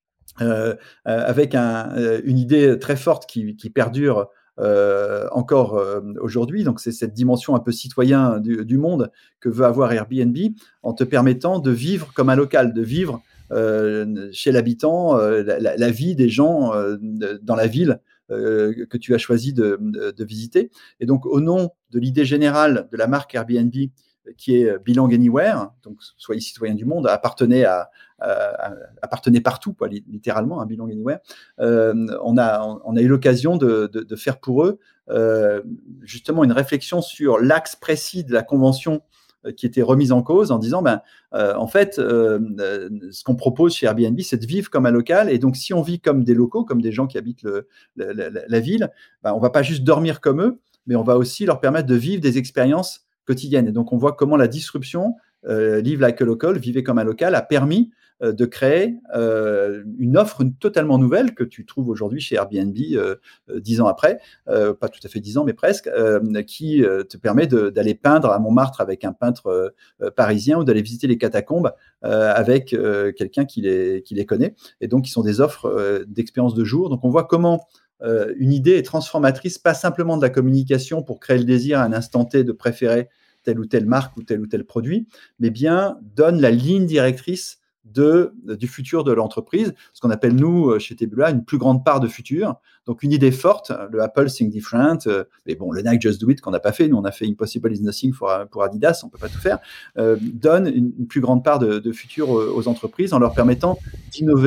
Euh, avec un, une idée très forte qui, qui perdure euh, encore euh, aujourd'hui. Donc, c'est cette dimension un peu citoyen du, du monde que veut avoir Airbnb en te permettant de vivre comme un local, de vivre euh, chez l'habitant euh, la, la vie des gens euh, dans la ville euh, que tu as choisi de, de, de visiter. Et donc, au nom de l'idée générale de la marque Airbnb, qui est Belong Anywhere, donc soyez citoyen du monde, appartenait à, à, à appartenait partout, quoi, littéralement, à Belong Anywhere. Euh, on a on a eu l'occasion de, de, de faire pour eux euh, justement une réflexion sur l'axe précis de la convention qui était remise en cause en disant ben euh, en fait euh, ce qu'on propose chez Airbnb, c'est de vivre comme un local, et donc si on vit comme des locaux, comme des gens qui habitent le, la, la, la ville, ben, on va pas juste dormir comme eux, mais on va aussi leur permettre de vivre des expériences quotidienne. Et donc, on voit comment la disruption, euh, Live Like a Local, vivez comme un local, a permis euh, de créer euh, une offre totalement nouvelle que tu trouves aujourd'hui chez Airbnb euh, dix ans après, euh, pas tout à fait dix ans, mais presque, euh, qui euh, te permet de, d'aller peindre à Montmartre avec un peintre euh, parisien, ou d'aller visiter les catacombes euh, avec euh, quelqu'un qui les, qui les connaît. Et donc, qui sont des offres euh, d'expérience de jour. Donc, on voit comment Euh, une idée est transformatrice, pas simplement de la communication pour créer le désir à un instant T de préférer telle ou telle marque ou tel ou tel produit, mais bien donne la ligne directrice de, du futur de l'entreprise, ce qu'on appelle, nous, chez T B W A, une plus grande part de futur. Donc, une idée forte, le Apple Think Different, euh, mais bon, le Nike Just Do It qu'on n'a pas fait, nous, on a fait Impossible is Nothing pour, pour Adidas, on ne peut pas tout faire, euh, donne une, une plus grande part de, de futur aux, aux entreprises en leur permettant d'innover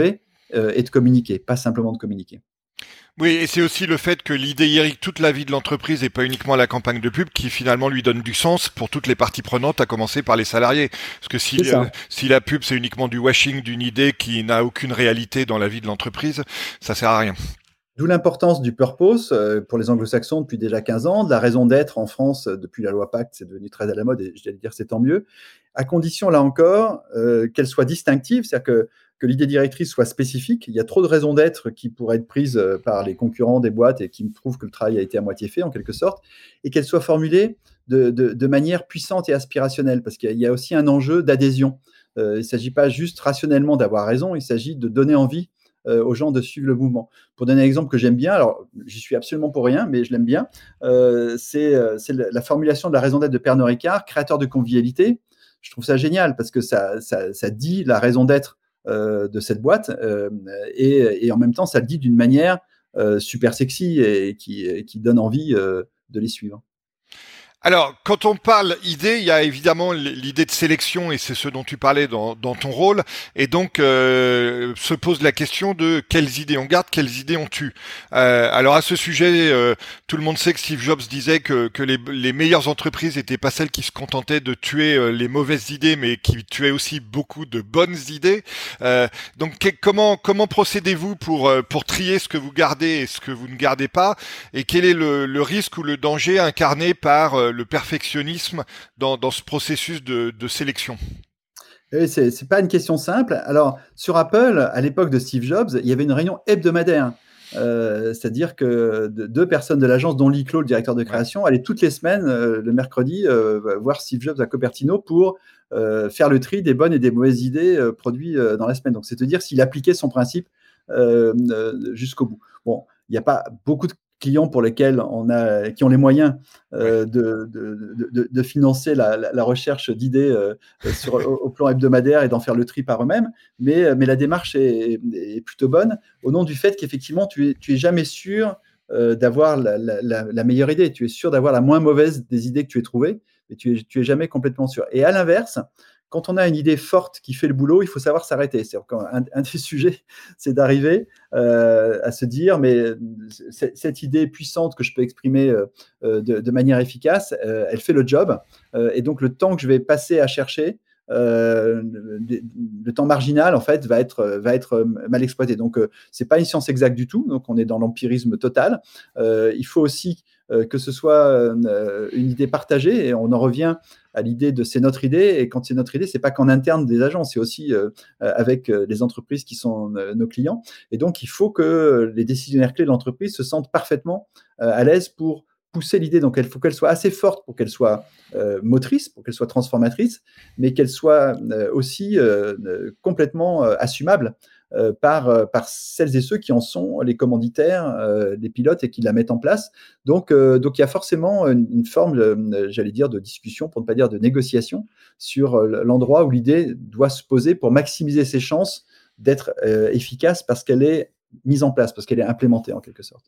euh, et de communiquer, pas simplement de communiquer. Oui, et c'est aussi le fait que l'idée irrigue toute la vie de l'entreprise et pas uniquement la campagne de pub qui finalement lui donne du sens pour toutes les parties prenantes, à commencer par les salariés. Parce que si, euh, si la pub c'est uniquement du washing d'une idée qui n'a aucune réalité dans la vie de l'entreprise, ça sert à rien. D'où l'importance du purpose euh, pour les anglo-saxons depuis déjà quinze ans, de la raison d'être en France euh, depuis la loi Pacte, c'est devenu très à la mode et j'allais dire c'est tant mieux, à condition là encore euh, qu'elle soit distinctive, c'est-à-dire que, que l'idée directrice soit spécifique. Il y a trop de raisons d'être qui pourraient être prises euh, par les concurrents des boîtes et qui me prouvent que le travail a été à moitié fait en quelque sorte, et qu'elle soit formulée de, de, de manière puissante et aspirationnelle, parce qu'il y a, il y a aussi un enjeu d'adhésion. Euh, il ne s'agit pas juste rationnellement d'avoir raison, il s'agit de donner envie aux gens de suivre le mouvement. Pour donner un exemple que j'aime bien, alors j'y suis absolument pour rien, mais je l'aime bien, euh, c'est, c'est la formulation de la raison d'être de Pernod Ricard, créateur de convivialité. Je trouve ça génial parce que ça, ça, ça dit la raison d'être euh, de cette boîte euh, et, et en même temps, ça le dit d'une manière euh, super sexy et qui, qui donne envie euh, de les suivre. Alors, quand on parle idée, il y a évidemment l'idée de sélection et c'est ce dont tu parlais dans, dans ton rôle. Et donc, euh, se pose la question de quelles idées on garde, quelles idées on tue. Euh, alors, à ce sujet, euh, tout le monde sait que Steve Jobs disait que, que les, les meilleures entreprises n'étaient pas celles qui se contentaient de tuer euh, les mauvaises idées, mais qui tuaient aussi beaucoup de bonnes idées. Euh, donc, que, comment comment procédez-vous pour pour trier ce que vous gardez et ce que vous ne gardez pas? Et quel est le, le risque ou le danger incarné par euh, le perfectionnisme dans, dans ce processus de, de sélection? Oui, c'est, c'est pas une question simple. Alors, sur Apple, à l'époque de Steve Jobs, il y avait une réunion hebdomadaire. Euh, c'est-à-dire que deux personnes de l'agence, dont Lee Clow, le directeur de création, ouais. allaient toutes les semaines, euh, le mercredi, euh, voir Steve Jobs à Cupertino pour euh, faire le tri des bonnes et des mauvaises idées euh, produites euh, dans la semaine. Donc, c'est à dire s'il appliquait son principe euh, euh, jusqu'au bout. Bon, il n'y a pas beaucoup de clients pour lesquels on a, qui ont les moyens euh, ouais. de, de, de, de financer la, la, la recherche d'idées euh, sur, au, au plan hebdomadaire et d'en faire le tri par eux-mêmes, mais, mais la démarche est, est plutôt bonne au nom du fait qu'effectivement, tu es, tu es jamais sûr euh, d'avoir la, la, la, la meilleure idée, tu es sûr d'avoir la moins mauvaise des idées que tu aies trouvées, mais tu es, tu es jamais complètement sûr. Et à l'inverse, quand on a une idée forte qui fait le boulot, il faut savoir s'arrêter. C'est encore un, un des sujets, c'est d'arriver euh, à se dire, mais cette idée puissante que je peux exprimer euh, de, de manière efficace, euh, elle fait le job. Euh, et donc, le temps que je vais passer à chercher, euh, le, le temps marginal, en fait, va être, va être mal exploité. Donc, euh, c'est pas une science exacte du tout. Donc, on est dans l'empirisme total. Euh, il faut aussi euh, que ce soit euh, une idée partagée, et on en revient à l'idée de c'est notre idée, et quand c'est notre idée, c'est pas qu'en interne des agences, c'est aussi euh, avec les entreprises qui sont euh, nos clients. Et donc, il faut que les décisionnaires clés de l'entreprise se sentent parfaitement euh, à l'aise pour pousser l'idée. Donc, il faut qu'elle soit assez forte pour qu'elle soit euh, motrice, pour qu'elle soit transformatrice, mais qu'elle soit euh, aussi euh, complètement euh, assumable euh, par, euh, par celles et ceux qui en sont les commanditaires, euh, les pilotes et qui la mettent en place. Donc, euh, donc il y a forcément une, une forme, euh, j'allais dire, de discussion, pour ne pas dire de négociation, sur euh, l'endroit où l'idée doit se poser pour maximiser ses chances d'être euh, efficace parce qu'elle est mise en place, parce qu'elle est implémentée en quelque sorte.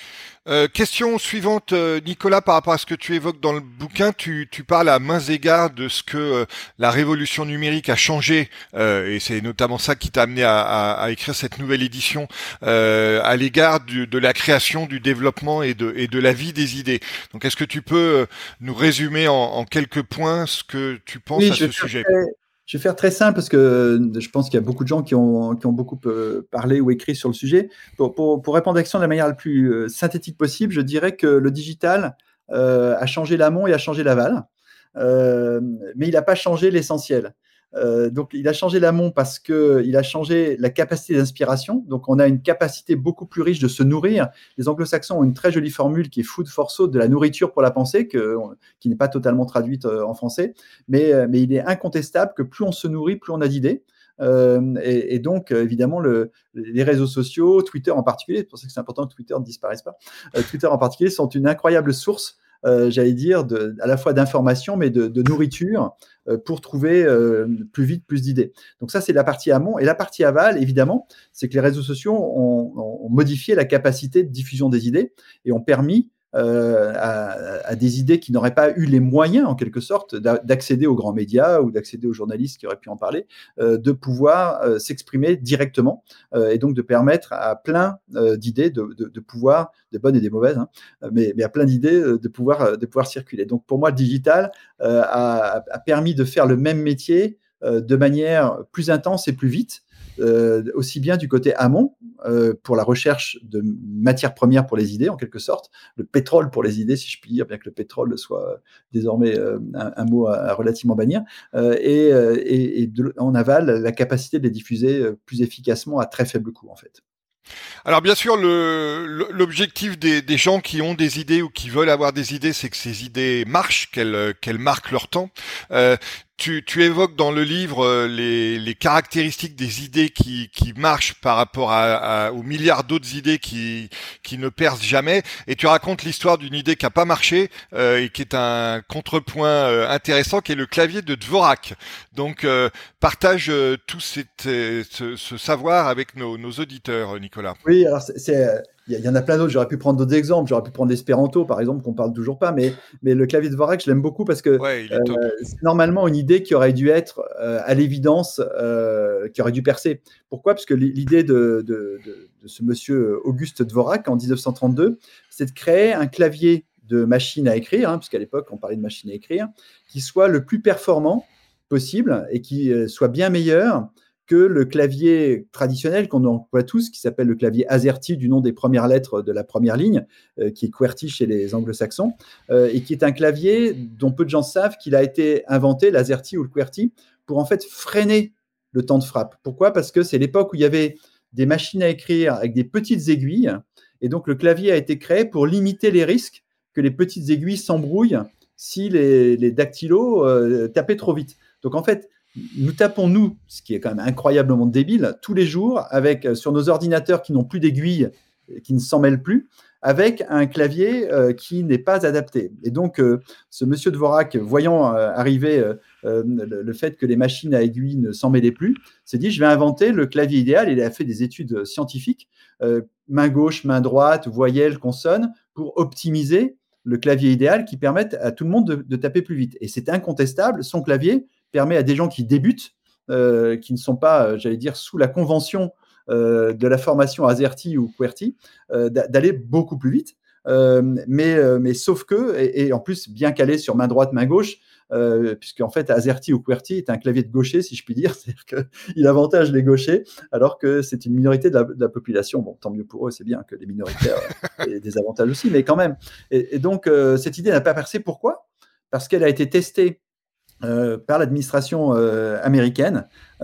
Euh, question suivante, euh, Nicolas, par rapport à ce que tu évoques dans le bouquin, tu, tu parles à mains égards de ce que euh, la révolution numérique a changé, euh, et c'est notamment ça qui t'a amené à, à, à écrire cette nouvelle édition, euh, à l'égard du, de la création, du développement et de, et de la vie des idées. Donc, est-ce que tu peux euh, nous résumer en, en quelques points ce que tu penses oui, à ce sujet? Très... Je vais faire très simple parce que je pense qu'il y a beaucoup de gens qui ont, qui ont beaucoup parlé ou écrit sur le sujet. Pour, pour, pour répondre à l'action de la manière la plus synthétique possible, je dirais que le digital euh, a changé l'amont et a changé l'aval, euh, mais il n'a pas changé l'essentiel. Euh, donc, il a changé l'amont parce qu'il a changé la capacité d'inspiration. Donc, on a une capacité beaucoup plus riche de se nourrir. Les anglo-saxons ont une très jolie formule qui est food for thought, de la nourriture pour la pensée, que, qui n'est pas totalement traduite en français. Mais, mais il est incontestable que plus on se nourrit, plus on a d'idées. Euh, et, et donc, évidemment, le, les réseaux sociaux, Twitter en particulier, c'est pour ça que c'est important que Twitter ne disparaisse pas, euh, Twitter en particulier, sont une incroyable source Euh, j'allais dire, de, à la fois d'information, mais de, de nourriture euh, pour trouver euh, plus vite plus d'idées. Donc ça, c'est la partie amont. Et la partie aval, évidemment, c'est que les réseaux sociaux ont, ont modifié la capacité de diffusion des idées et ont permis euh, à, à des idées qui n'auraient pas eu les moyens, en quelque sorte, d'accéder aux grands médias ou d'accéder aux journalistes qui auraient pi en parler, euh, de pouvoir euh, s'exprimer directement euh, et donc de permettre à plein euh, d'idées de, de, de pouvoir, des bonnes et des mauvaises, hein, mais, mais à plein d'idées de pouvoir, de pouvoir circuler. Donc pour moi, le digital euh, a, a permis de faire le même métier euh, de manière plus intense et plus vite. Euh, aussi bien du côté amont, euh, pour la recherche de matières premières pour les idées, en quelque sorte, le pétrole pour les idées, si je puis dire, bien que le pétrole soit désormais euh, un, un mot à, à relativement bannir, euh, et, et, et de, en aval, la capacité de les diffuser plus efficacement à très faible coût, en fait. Alors bien sûr, le, l'objectif des, des gens qui ont des idées ou qui veulent avoir des idées, c'est que ces idées marchent, qu'elles, qu'elles marquent leur temps. Euh, Tu, tu évoques dans le livre les, les caractéristiques des idées qui, qui marchent par rapport à, à, aux milliards d'autres idées qui, qui ne percent jamais, et tu racontes l'histoire d'une idée qui n'a pas marché euh, et qui est un contrepoint euh, intéressant, qui est le clavier de Dvorak. Donc euh, partage euh, tout cette, euh, ce, ce savoir avec nos, nos auditeurs, Nicolas. Oui, alors c'est... c'est... Il y en a plein d'autres, j'aurais pu prendre d'autres exemples, j'aurais pu prendre l'espéranto par exemple, qu'on parle toujours pas, mais, mais le clavier de Dvorak, je l'aime beaucoup parce que ouais, il est euh, top. C'est normalement une idée qui aurait dû être euh, à l'évidence, euh, qui aurait dû percer. Pourquoi ? Parce que l'idée de, de, de, de ce monsieur Auguste Dvorak en dix-neuf cent trente-deux, c'est de créer un clavier de machine à écrire, hein, puisqu'à l'époque on parlait de machine à écrire, qui soit le plus performant possible et qui euh, soit bien meilleur que le clavier traditionnel qu'on emploie tous, qui s'appelle le clavier AZERTY, du nom des premières lettres de la première ligne, euh, qui est QWERTY chez les anglo-saxons, euh, et qui est un clavier dont peu de gens savent qu'il a été inventé, l'AZERTY ou le QWERTY, pour en fait freiner le temps de frappe. Pourquoi ? Parce que c'est l'époque où il y avait des machines à écrire avec des petites aiguilles, et donc le clavier a été créé pour limiter les risques que les petites aiguilles s'embrouillent si les, les dactylos euh, tapaient trop vite. Donc en fait, nous tapons, nous, ce qui est quand même incroyablement débile, tous les jours, avec, sur nos ordinateurs qui n'ont plus d'aiguilles, qui ne s'en mêlent plus, avec un clavier euh, qui n'est pas adapté. Et donc, euh, ce monsieur Dvorak, voyant euh, arriver euh, le, le fait que les machines à aiguilles ne s'en mêlaient plus, s'est dit, je vais inventer le clavier idéal. Il a fait des études scientifiques, euh, main gauche, main droite, voyelle, consonne, pour optimiser le clavier idéal qui permette à tout le monde de, de taper plus vite. Et c'est incontestable, son clavier permet à des gens qui débutent, euh, qui ne sont pas, euh, j'allais dire, sous la convention euh, de la formation AZERTY ou QWERTY, euh, d'aller beaucoup plus vite. Euh, mais, euh, mais sauf que, et, et en plus bien calé sur main droite, main gauche, euh, puisque en fait AZERTY ou QWERTY est un clavier de gaucher, si je puis dire, c'est-à-dire qu'il avantage les gauchers, alors que c'est une minorité de la, de la population. Bon, tant mieux pour eux, c'est bien que les minorités aient des avantages aussi, mais quand même. Et, et donc euh, cette idée n'a pas percé. Pourquoi ? Parce qu'elle a été testée Euh, par l'administration euh, américaine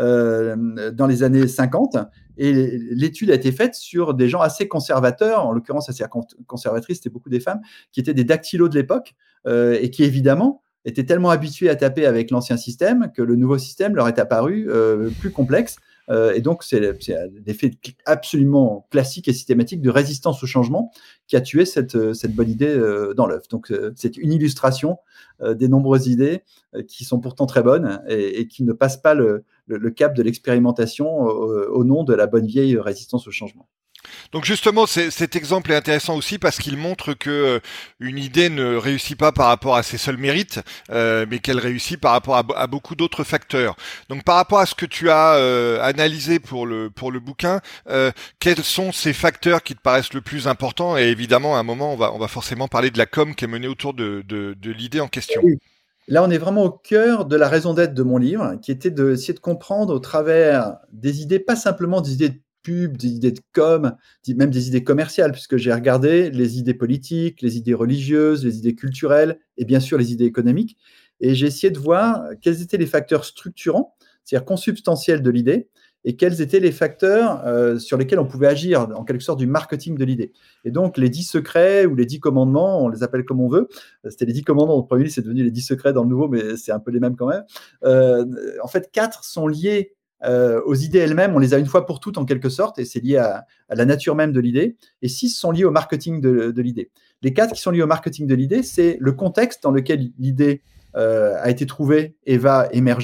euh, dans les années cinquante, et l'étude a été faite sur des gens assez conservateurs, en l'occurrence assez conservatrices, c'était beaucoup des femmes, qui étaient des dactylos de l'époque euh, et qui évidemment étaient tellement habitués à taper avec l'ancien système que le nouveau système leur est apparu euh, plus complexe. Euh, et donc, c'est, c'est l'effet absolument classique et systématique de résistance au changement qui a tué cette, cette bonne idée euh, dans l'œuf. Donc, euh, c'est une illustration euh, des nombreuses idées euh, qui sont pourtant très bonnes et, et qui ne passent pas le, le, le cap de l'expérimentation au, au nom de la bonne vieille résistance au changement. Donc justement, c'est, cet exemple est intéressant aussi parce qu'il montre que euh, une idée ne réussit pas par rapport à ses seuls mérites, euh, mais qu'elle réussit par rapport à, à beaucoup d'autres facteurs. Donc par rapport à ce que tu as euh, analysé pour le pour le bouquin, euh, quels sont ces facteurs qui te paraissent le plus importants ? Et évidemment, à un moment, on va on va forcément parler de la com qui est menée autour de de, de l'idée en question. Oui. Là, on est vraiment au cœur de la raison d'être de mon livre, qui était d'essayer de comprendre au travers des idées, pas simplement des idées de pub, des idées de com, même des idées commerciales, puisque j'ai regardé les idées politiques, les idées religieuses, les idées culturelles et bien sûr les idées économiques. Et j'ai essayé de voir quels étaient les facteurs structurants, c'est-à-dire consubstantiels de l'idée, et quels étaient les facteurs euh, sur lesquels on pouvait agir, en quelque sorte du marketing de l'idée. Et donc, les dix secrets ou les dix commandements, on les appelle comme on veut. C'était les dix commandements, au premier livre, c'est devenu les dix secrets dans le nouveau, mais c'est un peu les mêmes quand même. Euh, en fait, quatre sont liés Euh, aux idées elles-mêmes, on les a une fois pour toutes en quelque sorte, et c'est lié à, à la nature même de l'idée, et six sont liés au marketing de, de l'idée. Les quatre qui sont liés au marketing de l'idée, c'est le contexte dans lequel l'idée euh, a été trouvée et va émerger,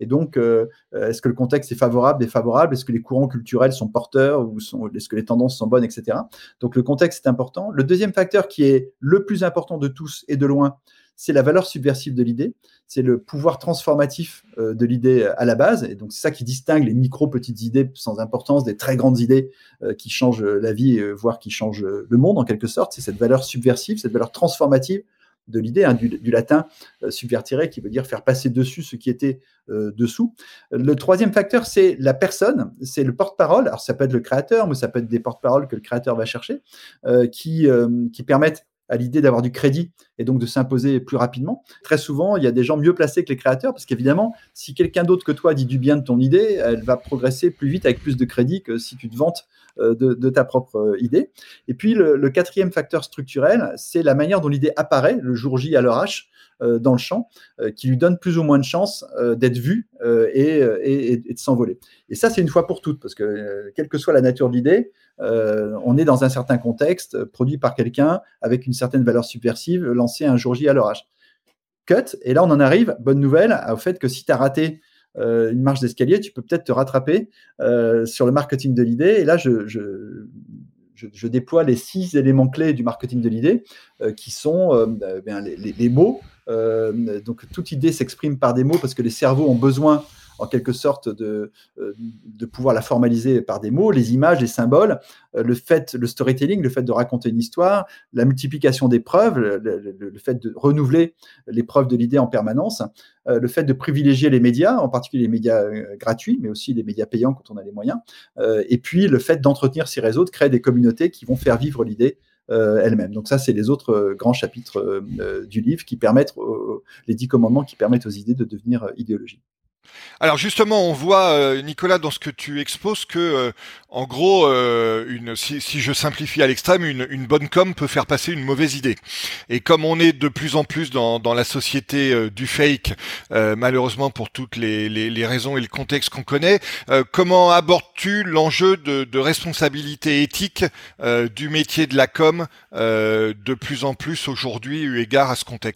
Et donc, euh, est-ce que le contexte est favorable, défavorable? Est-ce que les courants culturels sont porteurs ou sont, est-ce que les tendances sont bonnes, et cetera. Donc, le contexte est important. Le deuxième facteur qui est le plus important de tous et de loin, c'est la valeur subversive de l'idée, c'est le pouvoir transformatif euh, de l'idée à la base, et donc c'est ça qui distingue les micro-petites idées sans importance des très grandes idées euh, qui changent la vie, euh, voire qui changent le monde en quelque sorte. C'est cette valeur subversive, cette valeur transformative de l'idée, hein, du, du latin euh, subvertire, qui veut dire faire passer dessus ce qui était euh, dessous. Le troisième facteur, c'est la personne, c'est le porte-parole. Alors ça peut être le créateur, mais ça peut être des porte-paroles que le créateur va chercher, euh, qui, euh, qui permettent à l'idée d'avoir du crédit et donc de s'imposer plus rapidement. Très souvent, il y a des gens mieux placés que les créateurs, parce qu'évidemment, si quelqu'un d'autre que toi dit du bien de ton idée, elle va progresser plus vite avec plus de crédit que si tu te vantes euh, de, de ta propre euh, idée. Et puis, le, le quatrième facteur structurel, c'est la manière dont l'idée apparaît le jour J à l'heure H euh, dans le champ, euh, qui lui donne plus ou moins de chances euh, d'être vue euh, et, et, et de s'envoler. Et ça, c'est une fois pour toutes, parce que euh, quelle que soit la nature de l'idée, Euh, on est dans un certain contexte, euh, produit par quelqu'un avec une certaine valeur subversive, lancé un jour J à l'heure H. Cut, et là on en arrive, bonne nouvelle, au fait que si tu as raté euh, une marche d'escalier, tu peux peut-être te rattraper euh, sur le marketing de l'idée. Et là, je, je, je, je déploie les six éléments clés du marketing de l'idée, euh, qui sont euh, bien, les, les, les mots. Euh, donc toute idée s'exprime par des mots parce que les cerveaux ont besoin en quelque sorte de, de pouvoir la formaliser par des mots, les images, les symboles, le fait, le storytelling, le fait de raconter une histoire, la multiplication des preuves, le, le, le fait de renouveler les preuves de l'idée en permanence, le fait de privilégier les médias, en particulier les médias gratuits, mais aussi les médias payants quand on a les moyens, et puis le fait d'entretenir ces réseaux, de créer des communautés qui vont faire vivre l'idée Euh, elle-même. Donc ça, c'est les autres euh, grands chapitres euh, du livre qui permettent, euh, les dix commandements qui permettent aux idées de devenir euh, idéologie. Alors justement, on voit, euh, Nicolas, dans ce que tu exposes, que, euh, en gros, euh, une, si, si je simplifie à l'extrême, une, une bonne com peut faire passer une mauvaise idée. Et comme on est de plus en plus dans, dans la société euh, du fake, euh, malheureusement pour toutes les, les, les raisons et le contexte qu'on connaît, euh, comment abordes-tu l'enjeu de, de responsabilité éthique euh, du métier de la com euh, de plus en plus aujourd'hui, eu égard à ce contexte ?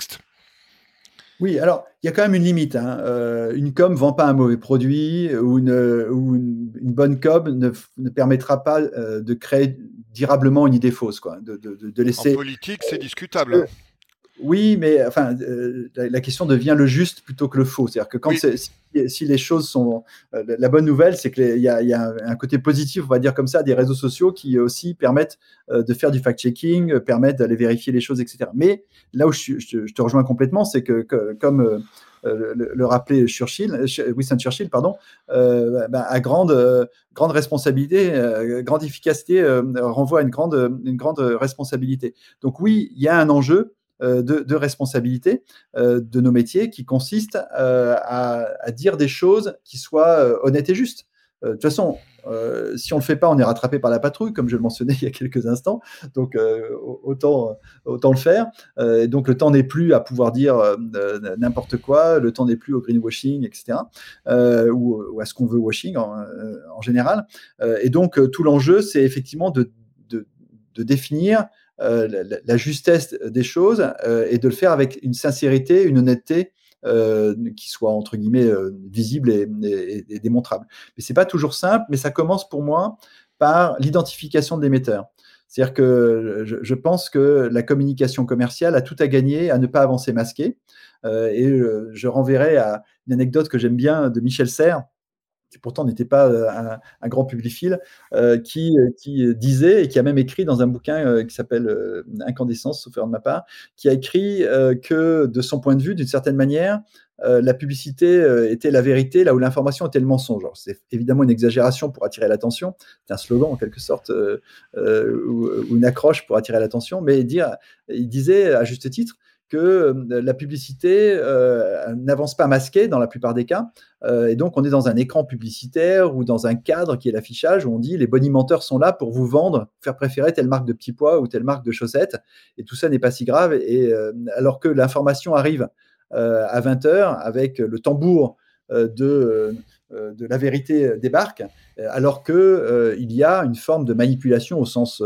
Oui, alors il y a quand même une limite, hein. Euh, une com ne vend pas un mauvais produit, ou une, ou une, une bonne com ne, ne permettra pas euh, de créer durablement une idée fausse, quoi, de, de, de laisser. En politique, c'est discutable. Hein. Oui, mais enfin, euh, la, la question devient le juste plutôt que le faux. C'est-à-dire que quand Oui. c'est, si, si les choses sont, euh, la bonne nouvelle, c'est qu'il y a, y a un, un côté positif, on va dire comme ça, des réseaux sociaux qui aussi permettent euh, de faire du fact-checking, euh, permettent d'aller vérifier les choses, et cetera. Mais là où je, je, je te rejoins complètement, c'est que, que comme euh, le, le rappelait Churchill, Winston Churchill, pardon, euh, bah, à grande, euh, grande responsabilité, euh, grande efficacité euh, renvoie à une grande, une grande responsabilité. Donc oui, il y a un enjeu De, de responsabilité euh, de nos métiers qui consiste euh, à, à dire des choses qui soient euh, honnêtes et justes. Euh, de toute façon, euh, si on ne le fait pas, on est rattrapé par la patrouille, comme je le mentionnais il y a quelques instants. Donc, euh, autant, autant le faire. Euh, et donc, le temps n'est plus à pouvoir dire euh, n'importe quoi, le temps n'est plus au greenwashing, et cetera, euh, ou, ou à ce qu'on veut washing en, en général. Euh, et donc, tout l'enjeu, c'est effectivement de, de, de définir Euh, la, la justesse des choses euh, et de le faire avec une sincérité, une honnêteté euh, qui soit entre guillemets euh, visible et, et, et démontrable. Mais c'est pas toujours simple, mais ça commence pour moi par l'identification de l'émetteur. C'est-à-dire que je, je pense que la communication commerciale a tout à gagner à ne pas avancer masqué. Euh, et euh, je renverrai à une anecdote que j'aime bien de Michel Serres, qui pourtant n'était pas un, un grand publicphile, euh, qui, qui disait, et qui a même écrit dans un bouquin euh, qui s'appelle euh, Incandescence, sauf erreur de ma part, qui a écrit euh, que, de son point de vue, d'une certaine manière, euh, la publicité euh, était la vérité, là où l'information était le mensonge. Alors, c'est évidemment une exagération pour attirer l'attention, c'est un slogan en quelque sorte, euh, euh, ou, ou une accroche pour attirer l'attention, mais dire, il disait à juste titre que la publicité euh, n'avance pas masquée dans la plupart des cas. Euh, et donc, on est dans un écran publicitaire ou dans un cadre qui est l'affichage où on dit les bonimenteurs sont là pour vous vendre, faire préférer telle marque de petits pois ou telle marque de chaussettes. Et tout ça n'est pas si grave. Et, euh, alors que l'information arrive euh, à vingt heures avec le tambour euh, de... Euh, de la vérité débarque, alors qu'il euh, y a une forme de manipulation au sens euh,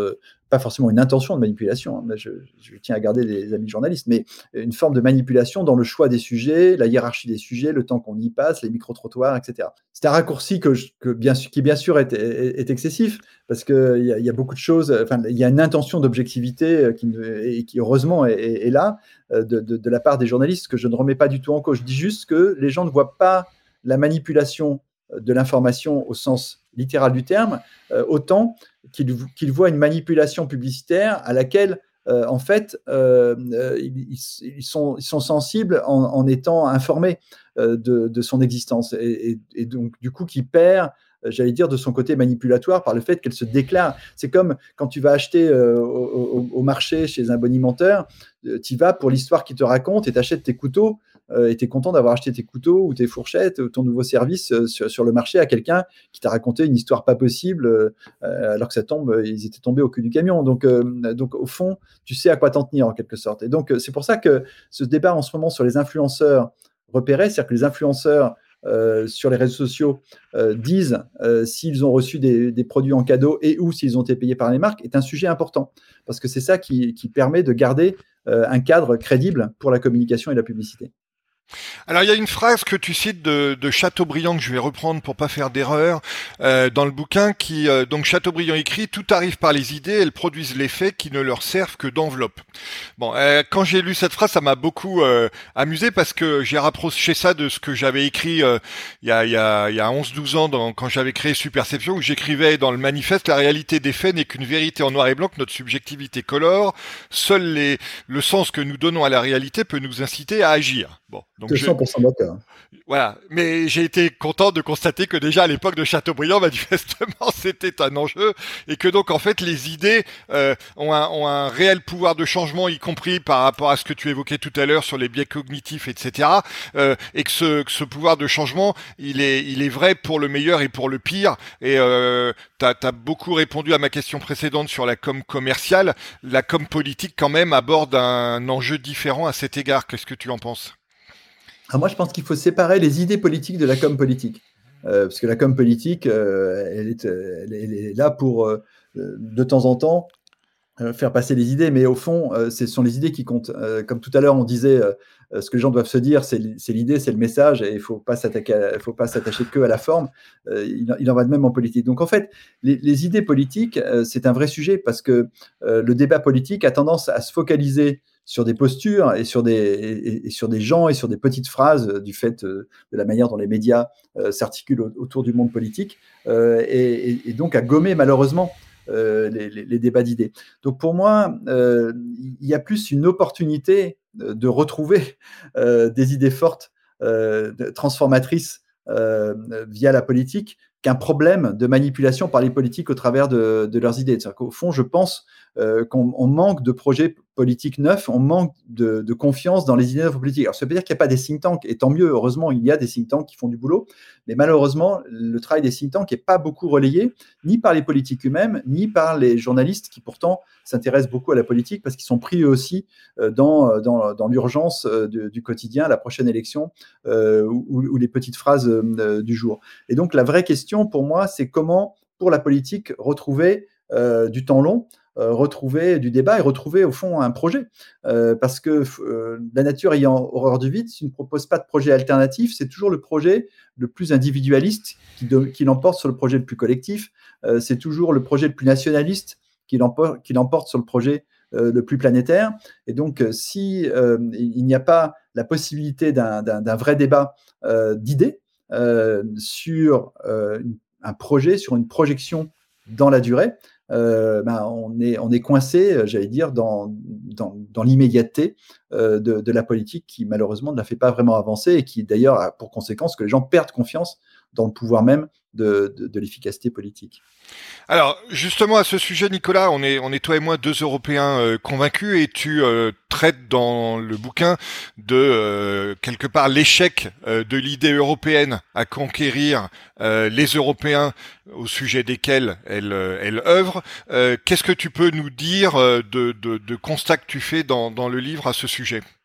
pas forcément une intention de manipulation, hein, je, je tiens à garder les amis journalistes, mais une forme de manipulation dans le choix des sujets, la hiérarchie des sujets, le temps qu'on y passe, les micro-trottoirs, et cetera. C'est un raccourci que, je, que bien, qui bien sûr est, est, est excessif, parce qu'il y, y a beaucoup de choses, enfin, il y a une intention d'objectivité qui, et qui heureusement est, est, est là de, de, de la part des journalistes, que je ne remets pas du tout en cause. Je dis juste que les gens ne voient pas la manipulation de l'information au sens littéral du terme, euh, autant qu'ils qu'ils voient une manipulation publicitaire à laquelle, euh, en fait, euh, euh, ils, ils, sont, ils sont sensibles en, en étant informés euh, de, de son existence. Et, et, et donc, du coup, qui perd, j'allais dire, de son côté manipulatoire par le fait qu'elle se déclare. C'est comme quand tu vas acheter euh, au, au, au marché chez un bonimenteur, euh, tu y vas pour l'histoire qu'il te raconte et tu achètes tes couteaux euh, et tu es content d'avoir acheté tes couteaux ou tes fourchettes ou ton nouveau service euh, sur, sur le marché à quelqu'un qui t'a raconté une histoire pas possible euh, alors que ça tombe, ils étaient tombés au cul du camion. Donc, euh, donc au fond, tu sais à quoi t'en tenir en quelque sorte. Et donc, c'est pour ça que ce débat en ce moment sur les influenceurs repérés, c'est-à-dire que les influenceurs Euh, sur les réseaux sociaux euh, disent euh, s'ils ont reçu des, des produits en cadeau et ou s'ils ont été payés par les marques est un sujet important parce que c'est ça qui, qui permet de garder euh, un cadre crédible pour la communication et la publicité. Alors il y a une phrase que tu cites de, de Chateaubriand que je vais reprendre pour pas faire d'erreur euh, dans le bouquin qui euh, donc Chateaubriand écrit: tout arrive par les idées, elles produisent l'effet qui ne leur servent que d'enveloppe. Bon, euh, quand j'ai lu cette phrase, ça m'a beaucoup euh, amusé parce que j'ai rapproché ça de ce que j'avais écrit euh, il y a il y a il y a onze douze ans dans, quand j'avais créé Superception, où j'écrivais dans le manifeste: la réalité des faits n'est qu'une vérité en noir et blanc que notre subjectivité colore. Seul les le sens que nous donnons à la réalité peut nous inciter à agir. Bon, donc cent pour cent d'accord. Voilà, mais j'ai été content de constater que déjà à l'époque de Chateaubriand, manifestement, c'était un enjeu et que donc en fait les idées euh, ont, un, ont un réel pouvoir de changement, y compris par rapport à ce que tu évoquais tout à l'heure sur les biais cognitifs, et cetera. Euh, et que ce, que ce pouvoir de changement, il est, il est vrai pour le meilleur et pour le pire. Et euh, t'as, t'as beaucoup répondu à ma question précédente sur la com commerciale. La com politique quand même aborde un enjeu différent à cet égard. Qu'est-ce que tu en penses ? Alors moi, je pense qu'il faut séparer les idées politiques de la com politique. Euh, parce que la com politique, euh, elle, est, elle, est, elle est là pour, euh, de temps en temps, euh, faire passer les idées. Mais au fond, euh, ce sont les idées qui comptent. Euh, comme tout à l'heure, on disait, euh, ce que les gens doivent se dire, c'est, c'est l'idée, c'est le message, et il ne faut pas s'attaquer à, faut pas s'attacher que à la forme. Euh, il, il en va de même en politique. Donc en fait, les, les idées politiques, euh, c'est un vrai sujet, parce que euh, le débat politique a tendance à se focaliser sur des postures et sur des, et, et sur des gens et sur des petites phrases euh, du fait euh, de la manière dont les médias euh, s'articulent au, autour du monde politique euh, et, et, et donc à gommer malheureusement euh, les, les, les débats d'idées. Donc pour moi, euh, il y a plus une opportunité de retrouver euh, des idées fortes, euh, transformatrices euh, via la politique qu'un problème de manipulation par les politiques au travers de, de leurs idées. C'est-à-dire qu'au fond, je pense euh, qu'on on manque de projets politiques neufs, on manque de, de confiance dans les idées neuves politiques. Alors, ça veut dire qu'il n'y a pas des think tanks, et tant mieux, heureusement, il y a des think tanks qui font du boulot, mais malheureusement, le travail des think tanks n'est pas beaucoup relayé, ni par les politiques eux-mêmes, ni par les journalistes qui pourtant s'intéressent beaucoup à la politique, parce qu'ils sont pris eux aussi dans, dans, dans l'urgence du, du quotidien, la prochaine élection, euh, ou, ou les petites phrases euh, du jour. Et donc, la vraie question, pour moi, c'est comment, pour la politique, retrouver euh, du temps long, euh, retrouver du débat et retrouver, au fond, un projet. Euh, parce que euh, la nature ayant horreur du vide, si tu ne proposes pas de projet alternatif, c'est toujours le projet le plus individualiste qui, de, qui l'emporte sur le projet le plus collectif. Euh, c'est toujours le projet le plus nationaliste qui l'emporte, qui l'emporte sur le projet euh, le plus planétaire. Et donc, si euh, il n'y a pas la possibilité d'un, d'un, d'un vrai débat euh, d'idées, Euh, sur euh, un projet, sur une projection dans la durée, euh, ben on est, on est coincé, j'allais dire, dans, dans, dans l'immédiateté euh, de, de la politique qui, malheureusement, ne la fait pas vraiment avancer et qui, d'ailleurs, a pour conséquence que les gens perdent confiance dans le pouvoir même de, de, de l'efficacité politique. Alors, justement, à ce sujet, Nicolas, on est, on est toi et moi deux Européens euh, convaincus, et tu euh, traites dans le bouquin de, euh, quelque part, l'échec euh, de l'idée européenne à conquérir euh, les Européens au sujet desquels elle, euh, elle œuvre. Euh, qu'est-ce que tu peux nous dire euh, de, de, de constat que tu fais dans, dans le livre à ce sujet ?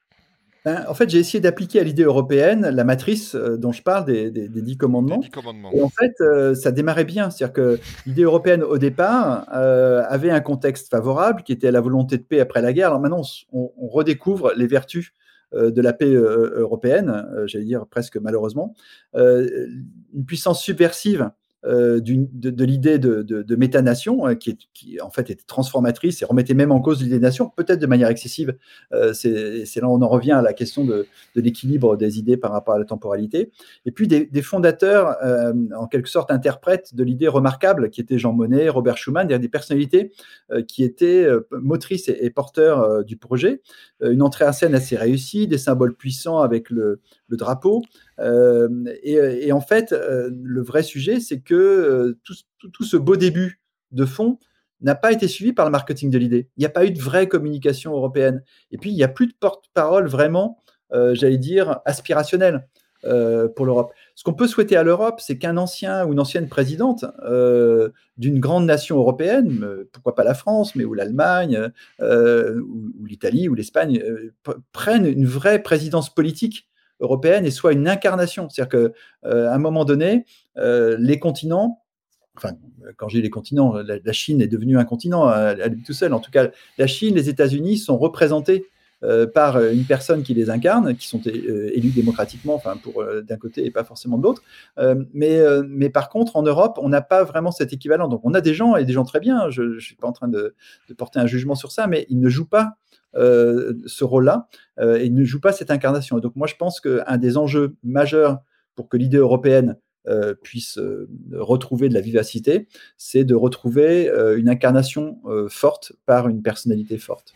Ben, en fait, j'ai essayé d'appliquer à l'idée européenne la matrice euh, dont je parle des, des, des dix Des commandements. dix commandements. Et en fait, euh, ça démarrait bien. C'est-à-dire que l'idée européenne, au départ, euh, avait un contexte favorable qui était la volonté de paix après la guerre. Alors maintenant, on, on redécouvre les vertus euh, de la paix euh, européenne, euh, j'allais dire presque malheureusement. Euh, une puissance subversive euh, d'une- de, de l'idée de, de, de méta-nation, euh, qui, est- qui en fait était transformatrice et remettait même en cause l'idée de nation, peut-être de manière excessive. Euh, c'est c'est là où on en revient à la question de, de l'équilibre des idées par rapport à la temporalité. Et puis des, des fondateurs, euh, en quelque sorte interprètes de l'idée remarquable, qui étaient Jean Monnet, Robert Schuman, des personnalités euh, qui étaient euh, motrices et, et porteurs euh, du projet. Euh, une entrée en scène assez réussie, des symboles puissants avec le, le drapeau. Euh, et, et en fait, euh, le vrai sujet, c'est que euh, tout, tout, tout ce beau début de fond n'a pas été suivi par le marketing de l'idée. Il n'y a pas eu de vraie communication européenne. Et puis, il n'y a plus de porte-parole vraiment, euh, j'allais dire, aspirationnelle euh, pour l'Europe. Ce qu'on peut souhaiter à l'Europe, c'est qu'un ancien ou une ancienne présidente euh, d'une grande nation européenne, euh, pourquoi pas la France, mais ou l'Allemagne, euh, ou, ou l'Italie, ou l'Espagne, euh, p- prenne une vraie présidence politique européenne et soit une incarnation. C'est-à-dire qu'à euh, un moment donné, euh, les continents, enfin, quand j'ai les continents, la, la Chine est devenue un continent à lui tout seul. En tout cas, la Chine, les États-Unis sont représentés euh, par une personne qui les incarne, qui sont euh, élus démocratiquement, enfin pour euh, d'un côté et pas forcément de l'autre. Euh, mais, euh, mais par contre, en Europe, on n'a pas vraiment cet équivalent. Donc, on a des gens et des gens très bien. Je ne suis pas en train de, de porter un jugement sur ça, mais ils ne jouent pas euh, ce rôle-là euh, et ils ne jouent pas cette incarnation. Et donc, moi, je pense qu'un des enjeux majeurs pour que l'idée européenne euh, puisse euh, retrouver de la vivacité, c'est de retrouver euh, une incarnation euh, forte par une personnalité forte.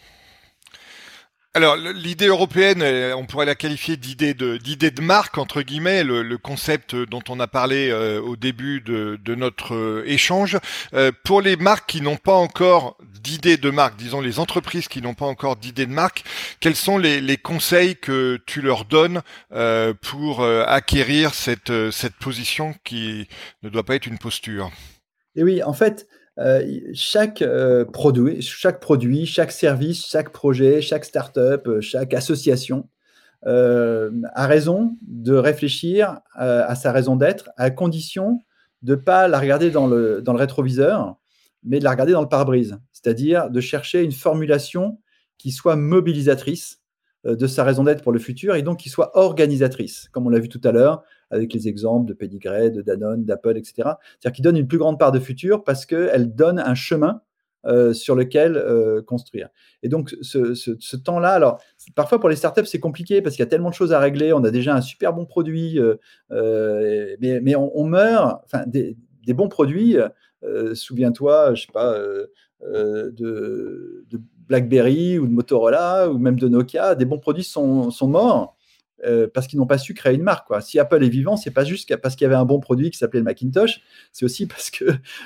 Alors, le- l'idée européenne, euh, on pourrait la qualifier d'idée de, d'idée de marque, entre guillemets, le, le concept dont on a parlé euh, au début de, de notre euh, échange. Euh, pour les marques qui n'ont pas encore d'idée de marque, disons les entreprises qui n'ont pas encore d'idée de marque, quels sont les, les conseils que tu leur donnes euh, pour euh, acquérir cette, euh, cette position qui ne doit pas être une posture? Et oui, en fait, euh, chaque, euh, produit, chaque produit, chaque service, chaque projet, chaque start-up, euh, chaque association euh, a raison de réfléchir euh, à sa raison d'être, à condition de ne pas la regarder dans le, dans le rétroviseur, mais de la regarder dans le pare-brise. C'est-à-dire de chercher une formulation qui soit mobilisatrice euh, de sa raison d'être pour le futur et donc qui soit organisatrice, comme on l'a vu tout à l'heure avec les exemples de Pedigree, de Danone, d'Apple, et cetera. C'est-à-dire qui donne une plus grande part de futur parce qu'elle donne un chemin euh, sur lequel euh, construire. Et donc, ce, ce, ce temps-là, alors, parfois pour les startups, c'est compliqué parce qu'il y a tellement de choses à régler. On a déjà un super bon produit, euh, euh, mais, mais on, on meurt, enfin, des, des bons produits, euh, souviens-toi, je sais pas, euh, euh, de, de BlackBerry ou de Motorola ou même de Nokia, des bons produits sont, sont morts. Euh, parce qu'ils n'ont pas su créer une marque, quoi. Si Apple est vivant, c'est pas juste parce qu'il y avait un bon produit qui s'appelait le Macintosh, c'est aussi parce que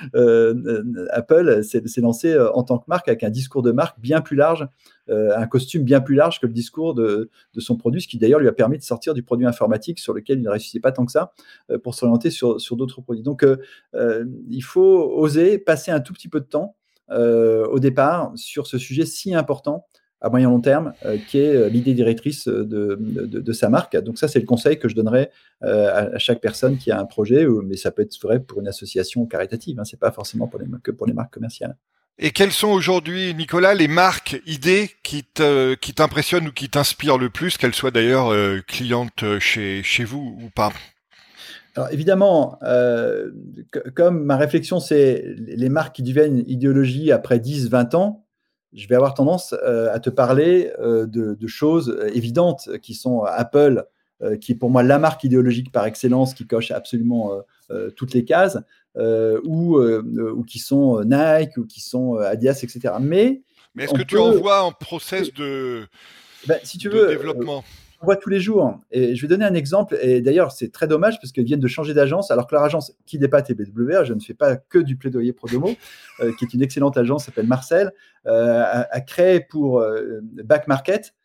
euh, Apple s'est, s'est lancé en tant que marque avec un discours de marque bien plus large, euh, un costume bien plus large que le discours de, de son produit, ce qui d'ailleurs lui a permis de sortir du produit informatique sur lequel il ne réussissait pas tant que ça euh, pour s'orienter sur, sur d'autres produits. Donc, euh, euh, il faut oser passer un tout petit peu de temps euh, au départ sur ce sujet si important à moyen long terme, euh, qui est euh, l'idée directrice de, de, de, sa marque. Donc ça, c'est le conseil que je donnerais euh, à, à chaque personne qui a un projet, ou, mais ça peut être vrai pour une association caritative, hein, c'est pas forcément pour les, que pour les marques commerciales. Et quelles sont aujourd'hui, Nicolas, les marques, idées qui, te, qui t'impressionnent ou qui t'inspirent le plus, qu'elles soient d'ailleurs euh, clientes chez, chez vous ou pas? Alors évidemment, euh, c- comme ma réflexion, c'est les marques qui deviennent idéologie après dix, vingt ans, je vais avoir tendance euh, à te parler euh, de, de choses évidentes qui sont Apple, euh, qui est pour moi la marque idéologique par excellence, qui coche absolument euh, euh, toutes les cases, euh, ou, euh, ou qui sont Nike, ou qui sont Adidas, et cetera. Mais, Mais est-ce on que tu peut, en vois en process de, ben, si tu de veux, développement? on voit tous les jours. Et je vais donner un exemple. Et d'ailleurs, c'est très dommage parce qu'ils viennent de changer d'agence, alors que leur agence, qui n'est pas T B W, je ne fais pas que du plaidoyer pro domo, euh, qui est une excellente agence, s'appelle Marcel, euh, a, a créé pour euh, Back Market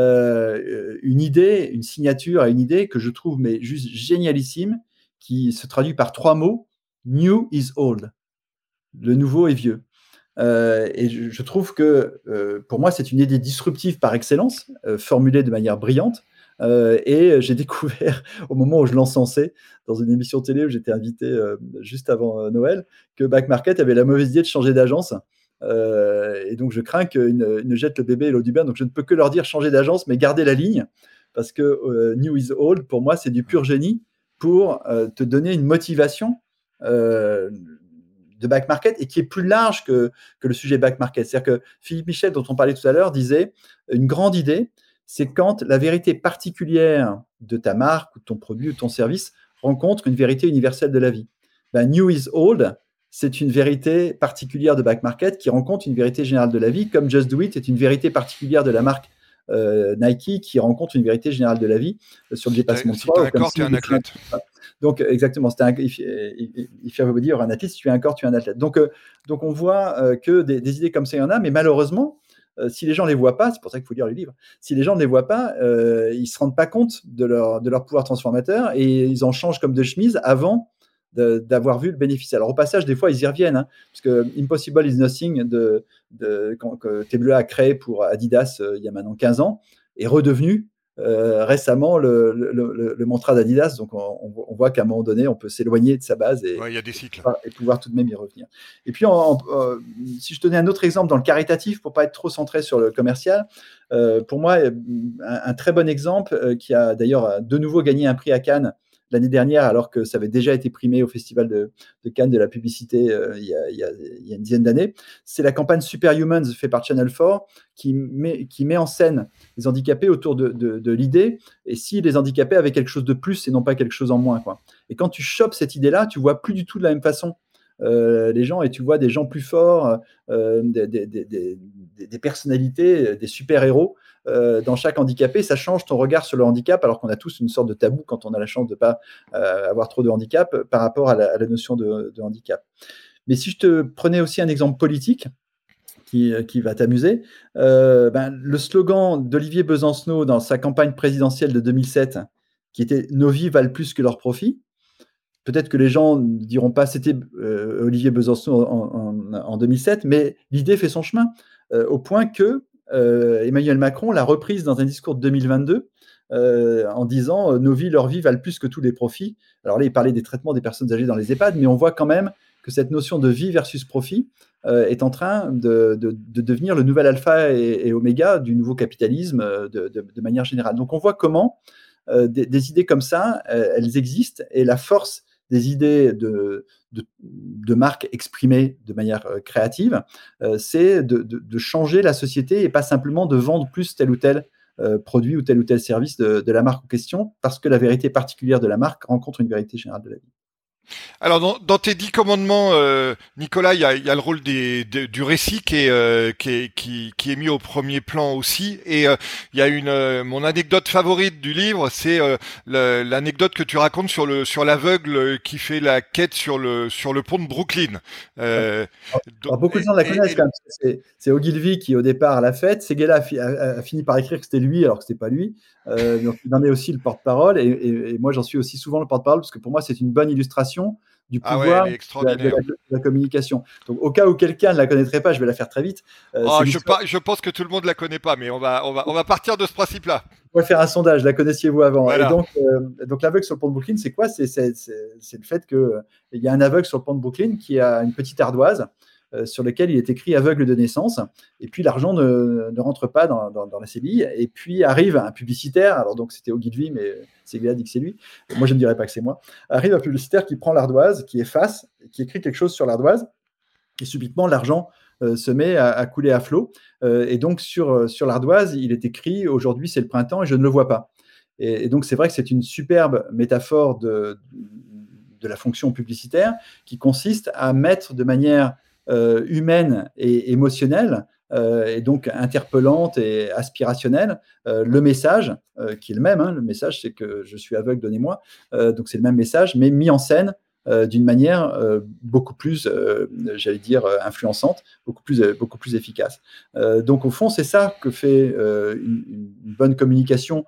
euh, une idée, une signature et une idée que je trouve mais juste génialissime, qui se traduit par trois mots: New is old. Le nouveau est vieux. Euh, et je, je trouve que, euh, pour moi, c'est une idée disruptive par excellence, euh, formulée de manière brillante, Euh, et j'ai découvert, au moment où je l'encensais, dans une émission télé où j'étais invité euh, juste avant euh, Noël, que Back Market avait la mauvaise idée de changer d'agence. Euh, et donc, je crains qu'ils ne, ne jettent le bébé et l'eau du bain. Donc, je ne peux que leur dire changer d'agence, mais garder la ligne. Parce que euh, New is Old, pour moi, c'est du pur génie pour euh, te donner une motivation euh, de back market et qui est plus large que, que le sujet back market. C'est-à-dire que Philippe Michel, dont on parlait tout à l'heure, disait une grande idée, c'est quand la vérité particulière de ta marque ou de ton produit ou de ton service rencontre une vérité universelle de la vie. Ben, New is Old, c'est une vérité particulière de back market qui rencontre une vérité générale de la vie, comme Just Do It est une vérité particulière de la marque euh, Nike qui rencontre une vérité générale de la vie euh, sur le dépassement de Si soi. tu as un corps, tu es un athlète. Donc, exactement, c'était un, if, if you have a body or un athlète, si tu as un corps, tu es un athlète. Donc, euh, donc on voit euh, que des, des idées comme ça, il y en a, mais malheureusement, euh, si les gens ne les voient pas, c'est pour ça qu'il faut lire les livres, si les gens ne les voient pas, euh, ils ne se rendent pas compte de leur, de leur pouvoir transformateur et ils en changent comme de chemise avant de, d'avoir vu le bénéfice. Alors, au passage, des fois, ils y reviennent, hein, parce que Impossible is Nothing, de, de, quand, que T B a créé pour Adidas euh, il y a maintenant quinze ans, est redevenu Euh, récemment le, le, le, le mantra d'Adidas. Donc on, on voit qu'à un moment donné on peut s'éloigner de sa base et, ouais, y a des cycles. et pouvoir tout de même y revenir. Et puis en, en, euh, si je tenais un autre exemple dans le caritatif pour pas être trop centré sur le commercial, euh, pour moi un, un très bon exemple euh, qui a d'ailleurs de nouveau gagné un prix à Cannes l'année dernière, alors que ça avait déjà été primé au Festival de, de Cannes de la publicité euh, il, y a, il, y a, il y a une dizaine d'années. C'est la campagne Superhumans fait par Channel four qui met, qui met en scène les handicapés autour de, de, de l'idée, et si les handicapés avaient quelque chose de plus et non pas quelque chose en moins, quoi. Et quand tu chopes cette idée-là, tu vois plus du tout de la même façon euh, les gens, et tu vois des gens plus forts, euh, des, des, des, des, des personnalités, des super-héros euh, dans chaque handicapé. Ça change ton regard sur le handicap, alors qu'on a tous une sorte de tabou quand on a la chance de ne pas euh, avoir trop de handicap par rapport à la, à la notion de, de handicap. Mais si je te prenais aussi un exemple politique qui, qui va t'amuser, euh, ben, le slogan d'Olivier Besancenot dans sa campagne présidentielle de deux mille sept, qui était « Nos vies valent plus que leurs profits », peut-être que les gens ne diront pas c'était euh, Olivier Besancenot en, en, en deux mille sept, mais l'idée fait son chemin, euh, au point que euh, Emmanuel Macron l'a reprise dans un discours de deux mille vingt-deux euh, en disant euh, « Nos vies, leurs vies valent plus que tous les profits ». Alors là, il parlait des traitements des personnes âgées dans les EHPAD, mais on voit quand même que cette notion de vie versus profit euh, est en train de, de, de devenir le nouvel alpha et, et oméga du nouveau capitalisme euh, de, de, de manière générale. Donc on voit comment euh, des, des idées comme ça, euh, elles existent, et la force des idées de, de, de marque exprimées de manière euh, créative, euh, c'est de, de, de changer la société et pas simplement de vendre plus tel ou tel euh, produit ou tel ou tel service de, de la marque en question, parce que la vérité particulière de la marque rencontre une vérité générale de la vie. Alors, dans, dans tes dix commandements, euh, Nicolas, il y a, y a le rôle des, de, du récit qui est, euh, qui, est, qui, qui est mis au premier plan aussi. Et euh, il y a une, euh, mon anecdote favorite du livre, c'est euh, le, l'anecdote que tu racontes sur le sur l'aveugle qui fait la quête sur le sur le pont de Brooklyn. Euh, alors, alors, beaucoup de gens la connaissent et, quand même. C'est, c'est Ogilvy qui, au départ, l'a faite. Seguela a, fi, a, a fini par écrire que c'était lui, alors que c'était pas lui. Euh, donc, il en est aussi le porte-parole. Et, et, et moi, j'en suis aussi souvent le porte-parole, parce que pour moi, c'est une bonne illustration du pouvoir ah ouais, de, la, de, la, de la communication. Donc, au cas où quelqu'un ne la connaîtrait pas, je vais la faire très vite. Euh, oh, je, pa- je pense que tout le monde ne la connaît pas, mais on va, on va, on va partir de ce principe-là. On va faire un sondage. La connaissiez-vous avant? Voilà. Et donc, euh, donc, l'aveugle sur le pont de Brooklyn, c'est quoi? c'est, c'est, c'est, c'est le fait qu'il euh, y a un aveugle sur le pont de Brooklyn qui a une petite ardoise euh, sur laquelle il est écrit aveugle de naissance. Et puis, l'argent ne, ne rentre pas dans, dans, dans la sébille. Et puis, arrive un publicitaire. Alors, donc, c'était Ogilvy, mais Seguela dit que c'est lui. Moi, je ne dirais pas que c'est moi. Arrive un publicitaire qui prend l'ardoise, qui efface, qui écrit quelque chose sur l'ardoise. Et subitement, l'argent euh, se met à, à couler à flot. Euh, et donc, sur, sur l'ardoise, il est écrit « Aujourd'hui, c'est le printemps et je ne le vois pas ». Et, et donc, c'est vrai que c'est une superbe métaphore de, de la fonction publicitaire qui consiste à mettre de manière euh, humaine et émotionnelle, euh, et donc interpellante et aspirationnelle, euh, le message, euh, qui est le même. Hein, le message, c'est que je suis aveugle, donnez-moi. Euh, donc, c'est le même message, mais mis en scène Euh, d'une manière euh, beaucoup plus, euh, j'allais dire, euh, influençante, beaucoup plus, euh, beaucoup plus efficace. Euh, donc, au fond, c'est ça que fait euh, une, une bonne communication,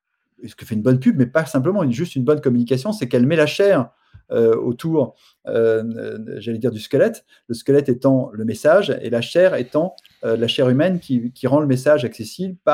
ce que fait une bonne pub, mais pas simplement une, juste une bonne communication, c'est qu'elle met la chair euh, autour, euh, j'allais dire, du squelette, le squelette étant le message et la chair étant euh, la chair humaine qui, qui rend le message accessible par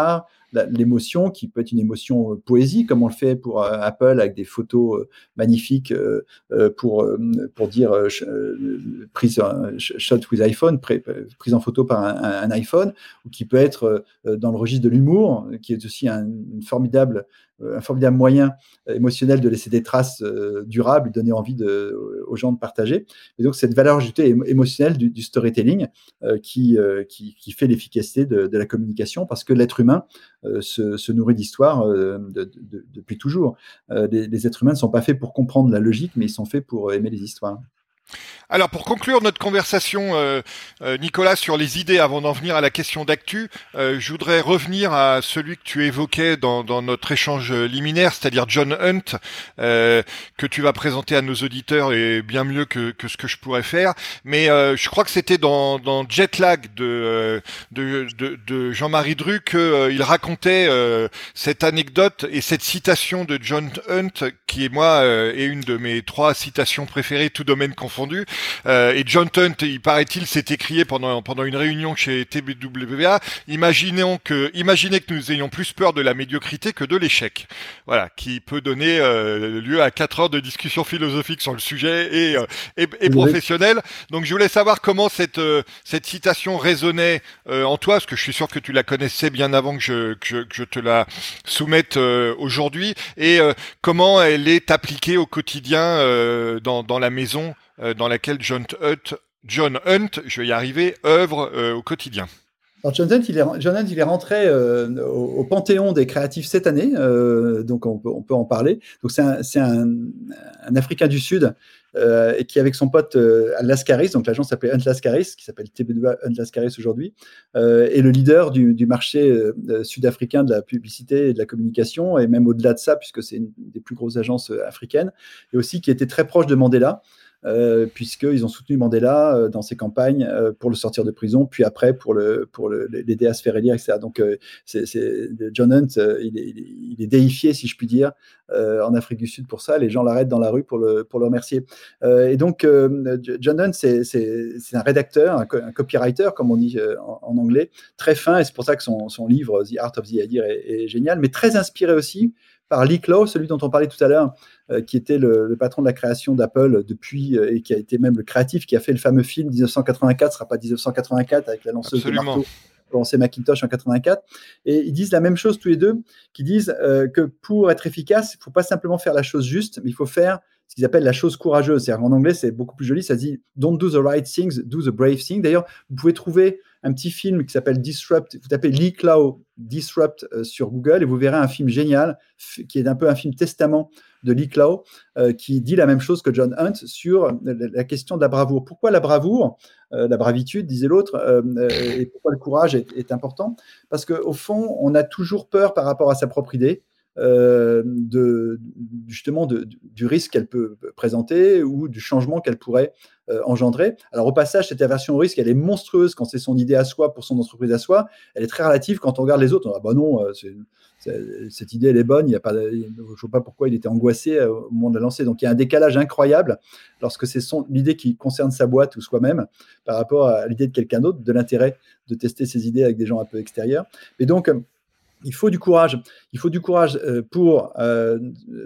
la, l'émotion qui peut être une émotion euh, poésie, comme on le fait pour euh, Apple avec des photos euh, magnifiques euh, euh, pour, euh, pour dire euh, euh, prise euh, shot with iPhone, pré, prise en photo par un, un, un iPhone, ou qui peut être euh, dans le registre de l'humour, qui est aussi un, une formidable un formidable moyen émotionnel de laisser des traces euh, durables, donner envie de, aux gens de partager. Et donc, cette valeur ajoutée émotionnelle du, du storytelling euh, qui, euh, qui, qui fait l'efficacité de, de la communication, parce que l'être humain euh, se, se nourrit d'histoire euh, de, de, de, depuis toujours. Euh, les, les êtres humains ne sont pas faits pour comprendre la logique, mais ils sont faits pour aimer les histoires. Alors pour conclure notre conversation, euh, euh, Nicolas, sur les idées, avant d'en venir à la question d'actu, euh, je voudrais revenir à celui que tu évoquais dans, dans notre échange liminaire, c'est-à-dire John Hunt, euh, que tu vas présenter à nos auditeurs et bien mieux que, que ce que je pourrais faire. Mais euh, je crois que c'était dans, dans Jetlag de, de, de, de Jean-Marie Dru qu'il euh, racontait euh, cette anecdote et cette citation de John Hunt, qui est moi euh, est une de mes trois citations préférées, tout domaine confondu. Euh, et John Hunt, il paraît-il, s'est écrié pendant pendant une réunion chez T B W A. Imaginons que, imaginez que nous ayons plus peur de la médiocrité que de l'échec. Voilà, qui peut donner euh, lieu à quatre heures de discussion philosophique sur le sujet et euh, et, et professionnelle. Donc, je voulais savoir comment cette euh, cette citation résonnait euh, en toi, parce que je suis sûr que tu la connaissais bien avant que je que je, que je te la soumette euh, aujourd'hui, et euh, comment elle est appliquée au quotidien euh, dans dans la maison dans laquelle John Hunt, John Hunt, je vais y arriver, œuvre euh, au quotidien. Alors John Hunt, il est, John Hunt, il est rentré euh, au, au panthéon des créatifs cette année, euh, donc on peut, on peut en parler. Donc c'est un, c'est un, un Africain du Sud euh, et qui, avec son pote euh, Lascaris, donc l'agence s'appelait Hunt Lascaris, qui s'appelle T B W A Hunt Lascaris aujourd'hui, euh, est le leader du, du marché euh, sud-africain de la publicité et de la communication, et même au-delà de ça, puisque c'est une des plus grosses agences africaines, et aussi qui était très proche de Mandela. Euh, puisqu'ils ont soutenu Mandela euh, dans ses campagnes euh, pour le sortir de prison, puis après pour, le, pour le, l'aider à se faire élire, et cetera. Donc, euh, c'est, c'est, John Hunt, euh, il, est, il est déifié, si je puis dire, euh, en Afrique du Sud pour ça. Les gens l'arrêtent dans la rue pour le, pour le remercier. Euh, et donc, euh, John Hunt, c'est, c'est, c'est un rédacteur, un, co- un copywriter, comme on dit euh, en, en anglais, très fin, et c'est pour ça que son, son livre, The Art of the Idea, est, est génial, mais très inspiré aussi par Lee Clow, celui dont on parlait tout à l'heure, euh, qui était le, le patron de la création d'Apple depuis, euh, et qui a été même le créatif, qui a fait le fameux film dix-neuf cent quatre-vingt-quatre, ce ne sera pas dix-neuf cent quatre-vingt-quatre avec la lanceuse Absolument. de marteau pour lancer Macintosh en quatre-vingt-quatre. Et ils disent la même chose tous les deux, qui disent euh, que pour être efficace, il ne faut pas simplement faire la chose juste, mais il faut faire ce qu'ils appellent la chose courageuse. C'est-à-dire, en anglais, c'est beaucoup plus joli, ça dit « Don't do the right things, do the brave thing ». D'ailleurs, vous pouvez trouver un petit film qui s'appelle Disrupt, vous tapez Lee Clow Disrupt euh, sur Google et vous verrez un film génial, f- qui est un peu un film testament de Lee Clow, euh, qui dit la même chose que John Hunt sur la, la question de la bravoure. Pourquoi la bravoure, euh, la bravitude, disait l'autre, euh, euh, et pourquoi le courage est, est important? Parce qu'au fond, on a toujours peur par rapport à sa propre idée, Euh, de, justement de, du risque qu'elle peut présenter ou du changement qu'elle pourrait euh, engendrer. Alors au passage, cette aversion au risque, elle est monstrueuse quand c'est son idée à soi pour son entreprise à soi. Elle est très relative quand on regarde les autres. On dit, ah bah non, euh, c'est, c'est, cette idée elle est bonne. Il y a pas, je ne sais pas pourquoi il était angoissé au moment de la lancer. Donc il y a un décalage incroyable lorsque c'est son, l'idée qui concerne sa boîte ou soi-même par rapport à l'idée de quelqu'un d'autre, de l'intérêt de tester ses idées avec des gens un peu extérieurs. Et donc il faut du courage. Il faut du courage euh, pour euh,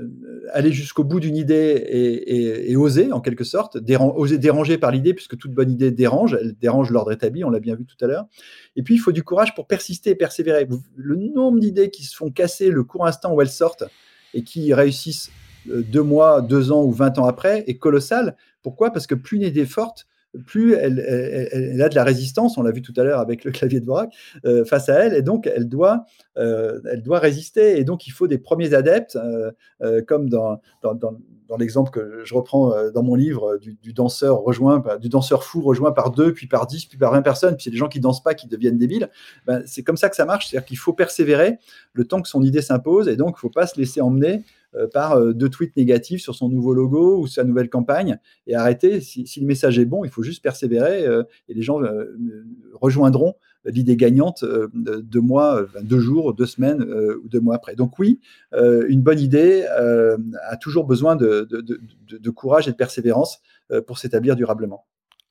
aller jusqu'au bout d'une idée et, et, et oser, en quelque sorte, déran- oser déranger par l'idée, puisque toute bonne idée dérange, elle dérange l'ordre établi, on l'a bien vu tout à l'heure. Et puis, il faut du courage pour persister et persévérer. Le nombre d'idées qui se font casser le court instant où elles sortent et qui réussissent euh, deux mois, deux ans ou vingt ans après est colossal. Pourquoi ? Parce que plus une idée est forte, plus elle, elle, elle a de la résistance, on l'a vu tout à l'heure avec le clavier de Dvorak, euh, face à elle, et donc elle doit, euh, elle doit résister, et donc il faut des premiers adeptes, euh, euh, comme dans, dans, dans, dans l'exemple que je reprends euh, dans mon livre, du, du danseur rejoint, du danseur fou rejoint par deux, puis par dix, puis par vingt personnes, puis c'est les gens qui ne dansent pas qui deviennent débiles. Ben, c'est comme ça que ça marche, c'est-à-dire qu'il faut persévérer le temps que son idée s'impose, et donc il ne faut pas se laisser emmener Euh, par euh, deux tweets négatifs sur son nouveau logo ou sa nouvelle campagne, et arrêter. Si, si le message est bon, il faut juste persévérer, euh, et les gens euh, rejoindront l'idée gagnante euh, deux mois, euh, deux jours, deux semaines euh, ou deux mois après. Donc oui, euh, une bonne idée euh, a toujours besoin de, de, de, de, de courage et de persévérance euh, pour s'établir durablement.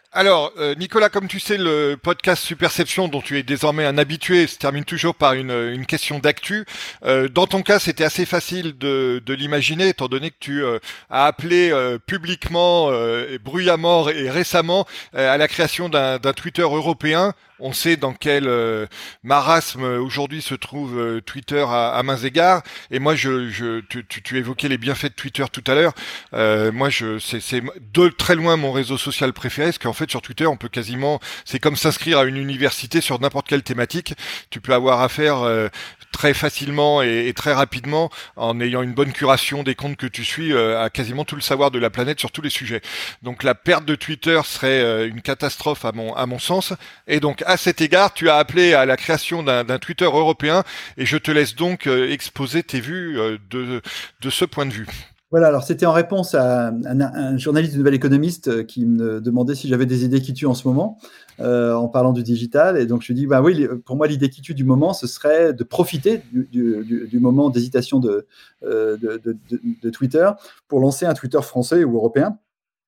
Alors, euh, Nicolas, comme tu sais, le podcast Superception, dont tu es désormais un habitué, se termine toujours par une, une question d'actu. Euh, dans ton cas, c'était assez facile de, de l'imaginer, étant donné que tu euh, as appelé euh, publiquement, euh, et bruyamment et récemment euh, à la création d'un, d'un Twitter européen. On sait dans quel euh, marasme aujourd'hui se trouve euh, Twitter à, à mains égards. Et moi, je, je, tu, tu, tu évoquais les bienfaits de Twitter tout à l'heure. Euh, moi, je, c'est, c'est de très loin mon réseau social préféré, parce qu'en fait, sur Twitter, on peut quasiment, c'est comme s'inscrire à une université sur n'importe quelle thématique. Tu peux avoir affaire euh, très facilement et, et très rapidement, en ayant une bonne curation des comptes que tu suis, euh, à quasiment tout le savoir de la planète sur tous les sujets. Donc, la perte de Twitter serait euh, une catastrophe à mon, à mon sens. Et donc, à cet égard, tu as appelé à la création d'un, d'un Twitter européen, et je te laisse donc euh, exposer tes vues euh, de, de ce point de vue. Voilà, alors c'était en réponse à un, un journaliste du Nouvel Économiste qui me demandait si j'avais des idées qui tuent en ce moment, euh, en parlant du digital. Et donc je lui dis, bah oui, pour moi l'idée qui tue du moment, ce serait de profiter du, du, du moment d'hésitation de, euh, de, de, de, de Twitter pour lancer un Twitter français ou européen,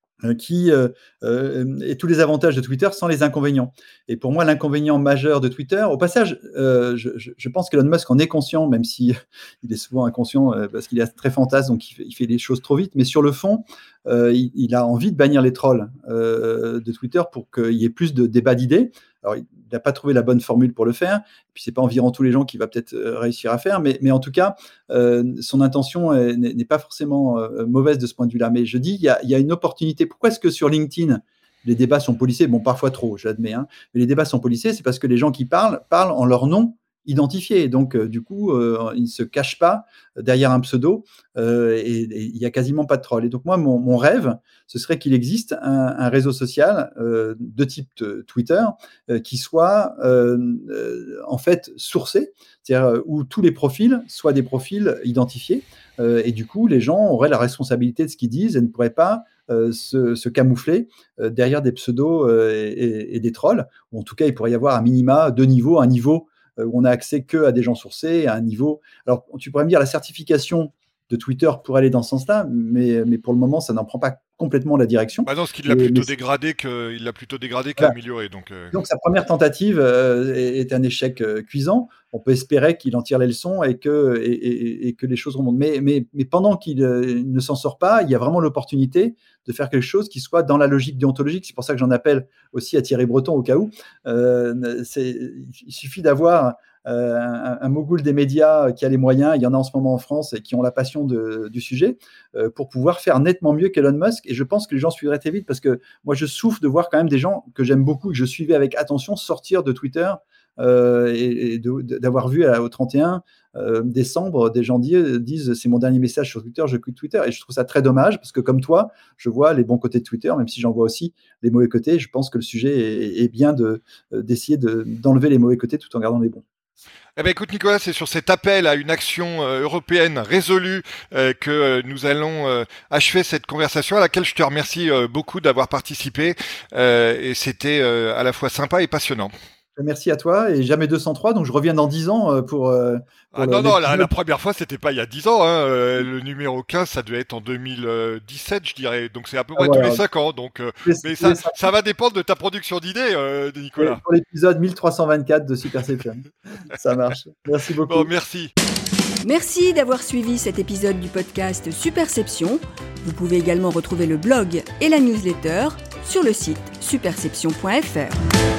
qui euh, euh, et tous les avantages de Twitter sans les inconvénients. Et pour moi, l'inconvénient majeur de Twitter, au passage, euh, je, je pense qu'Elon Musk en est conscient, même si il est souvent inconscient euh, parce qu'il est très fantasme, donc il fait, il fait les choses trop vite. Mais sur le fond, euh, il, il a envie de bannir les trolls euh, de Twitter pour qu'il y ait plus de débats d'idées. Alors, il n'a pas trouvé la bonne formule pour le faire. Et puis, c'est pas environ tous les gens qu'il va peut-être réussir à faire. Mais, mais en tout cas, euh, son intention est, n'est, n'est pas forcément euh, mauvaise de ce point de vue-là. Mais je dis, il y a, il y a une opportunité. Pourquoi est-ce que sur LinkedIn, les débats sont policés? Bon, parfois trop, j'admets. Hein, mais les débats sont policés, c'est parce que les gens qui parlent, parlent en leur nom identifié. Donc, euh, du coup, euh, ils ne se cachent pas derrière un pseudo euh, et il n'y a quasiment pas de troll. Et donc, moi, mon, mon rêve, ce serait qu'il existe un, un réseau social euh, de type de Twitter euh, qui soit euh, euh, en fait sourcé, c'est-à-dire euh, où tous les profils soient des profils identifiés. Euh, et du coup, les gens auraient la responsabilité de ce qu'ils disent et ne pourraient pas euh, se, se camoufler euh, derrière des pseudos euh, et, et, et des trolls. Ou en tout cas, il pourrait y avoir un minima, deux niveaux, un niveau où on a accès que à des gens sourcés, à un niveau. Alors, tu pourrais me dire la certification de Twitter pour aller dans ce sens-là, mais, mais pour le moment, ça n'en prend pas complètement la direction. Bah non, ce qu'il l'a plutôt dégradé que, il l'a plutôt dégradé qu'amélioré. Donc, euh... donc, sa première tentative euh, est, est un échec euh, cuisant. On peut espérer qu'il en tire les leçons et que, et, et, et que les choses remontent. Mais, mais, mais pendant qu'il euh, ne s'en sort pas, il y a vraiment l'opportunité de faire quelque chose qui soit dans la logique déontologique. C'est pour ça que j'en appelle aussi à Thierry Breton au cas où. Euh, c'est, il suffit d'avoir euh, un, un mogul des médias qui a les moyens, il y en a en ce moment en France, et qui ont la passion de, du sujet, euh, pour pouvoir faire nettement mieux qu'Elon Musk. Et je pense que les gens suivraient très vite parce que moi, je souffre de voir quand même des gens que j'aime beaucoup, que je suivais avec attention, sortir de Twitter. Euh, et, et de, de, d'avoir vu à, au trente et un euh, décembre, des gens disent, disent c'est mon dernier message sur Twitter, je quitte Twitter. Et je trouve ça très dommage parce que comme toi, je vois les bons côtés de Twitter, même si j'en vois aussi les mauvais côtés. Je pense que le sujet est, est bien de, d'essayer de, d'enlever les mauvais côtés tout en gardant les bons. Eh ben écoute Nicolas, c'est sur cet appel à une action euh, européenne résolue euh, que euh, nous allons euh, achever cette conversation à laquelle je te remercie euh, beaucoup d'avoir participé euh, et c'était euh, à la fois sympa et passionnant. Merci à toi et jamais deux cent trois, donc je reviens dans dix ans pour... Euh, pour ah non, non, la, la première fois, c'était pas il y a dix ans. Hein. Euh, le numéro quinze, ça devait être en deux mille dix-sept, je dirais. Donc c'est à peu près ah, voilà. tous les cinq ans. Donc, euh, mais ça, ça va dépendre de ta production d'idées, euh, de Nicolas. Pour l'épisode mille trois cent vingt-quatre de Superception. Ça marche. Merci beaucoup. Bon, merci. Merci d'avoir suivi cet épisode du podcast Superception. Vous pouvez également retrouver le blog et la newsletter sur le site superception point f r.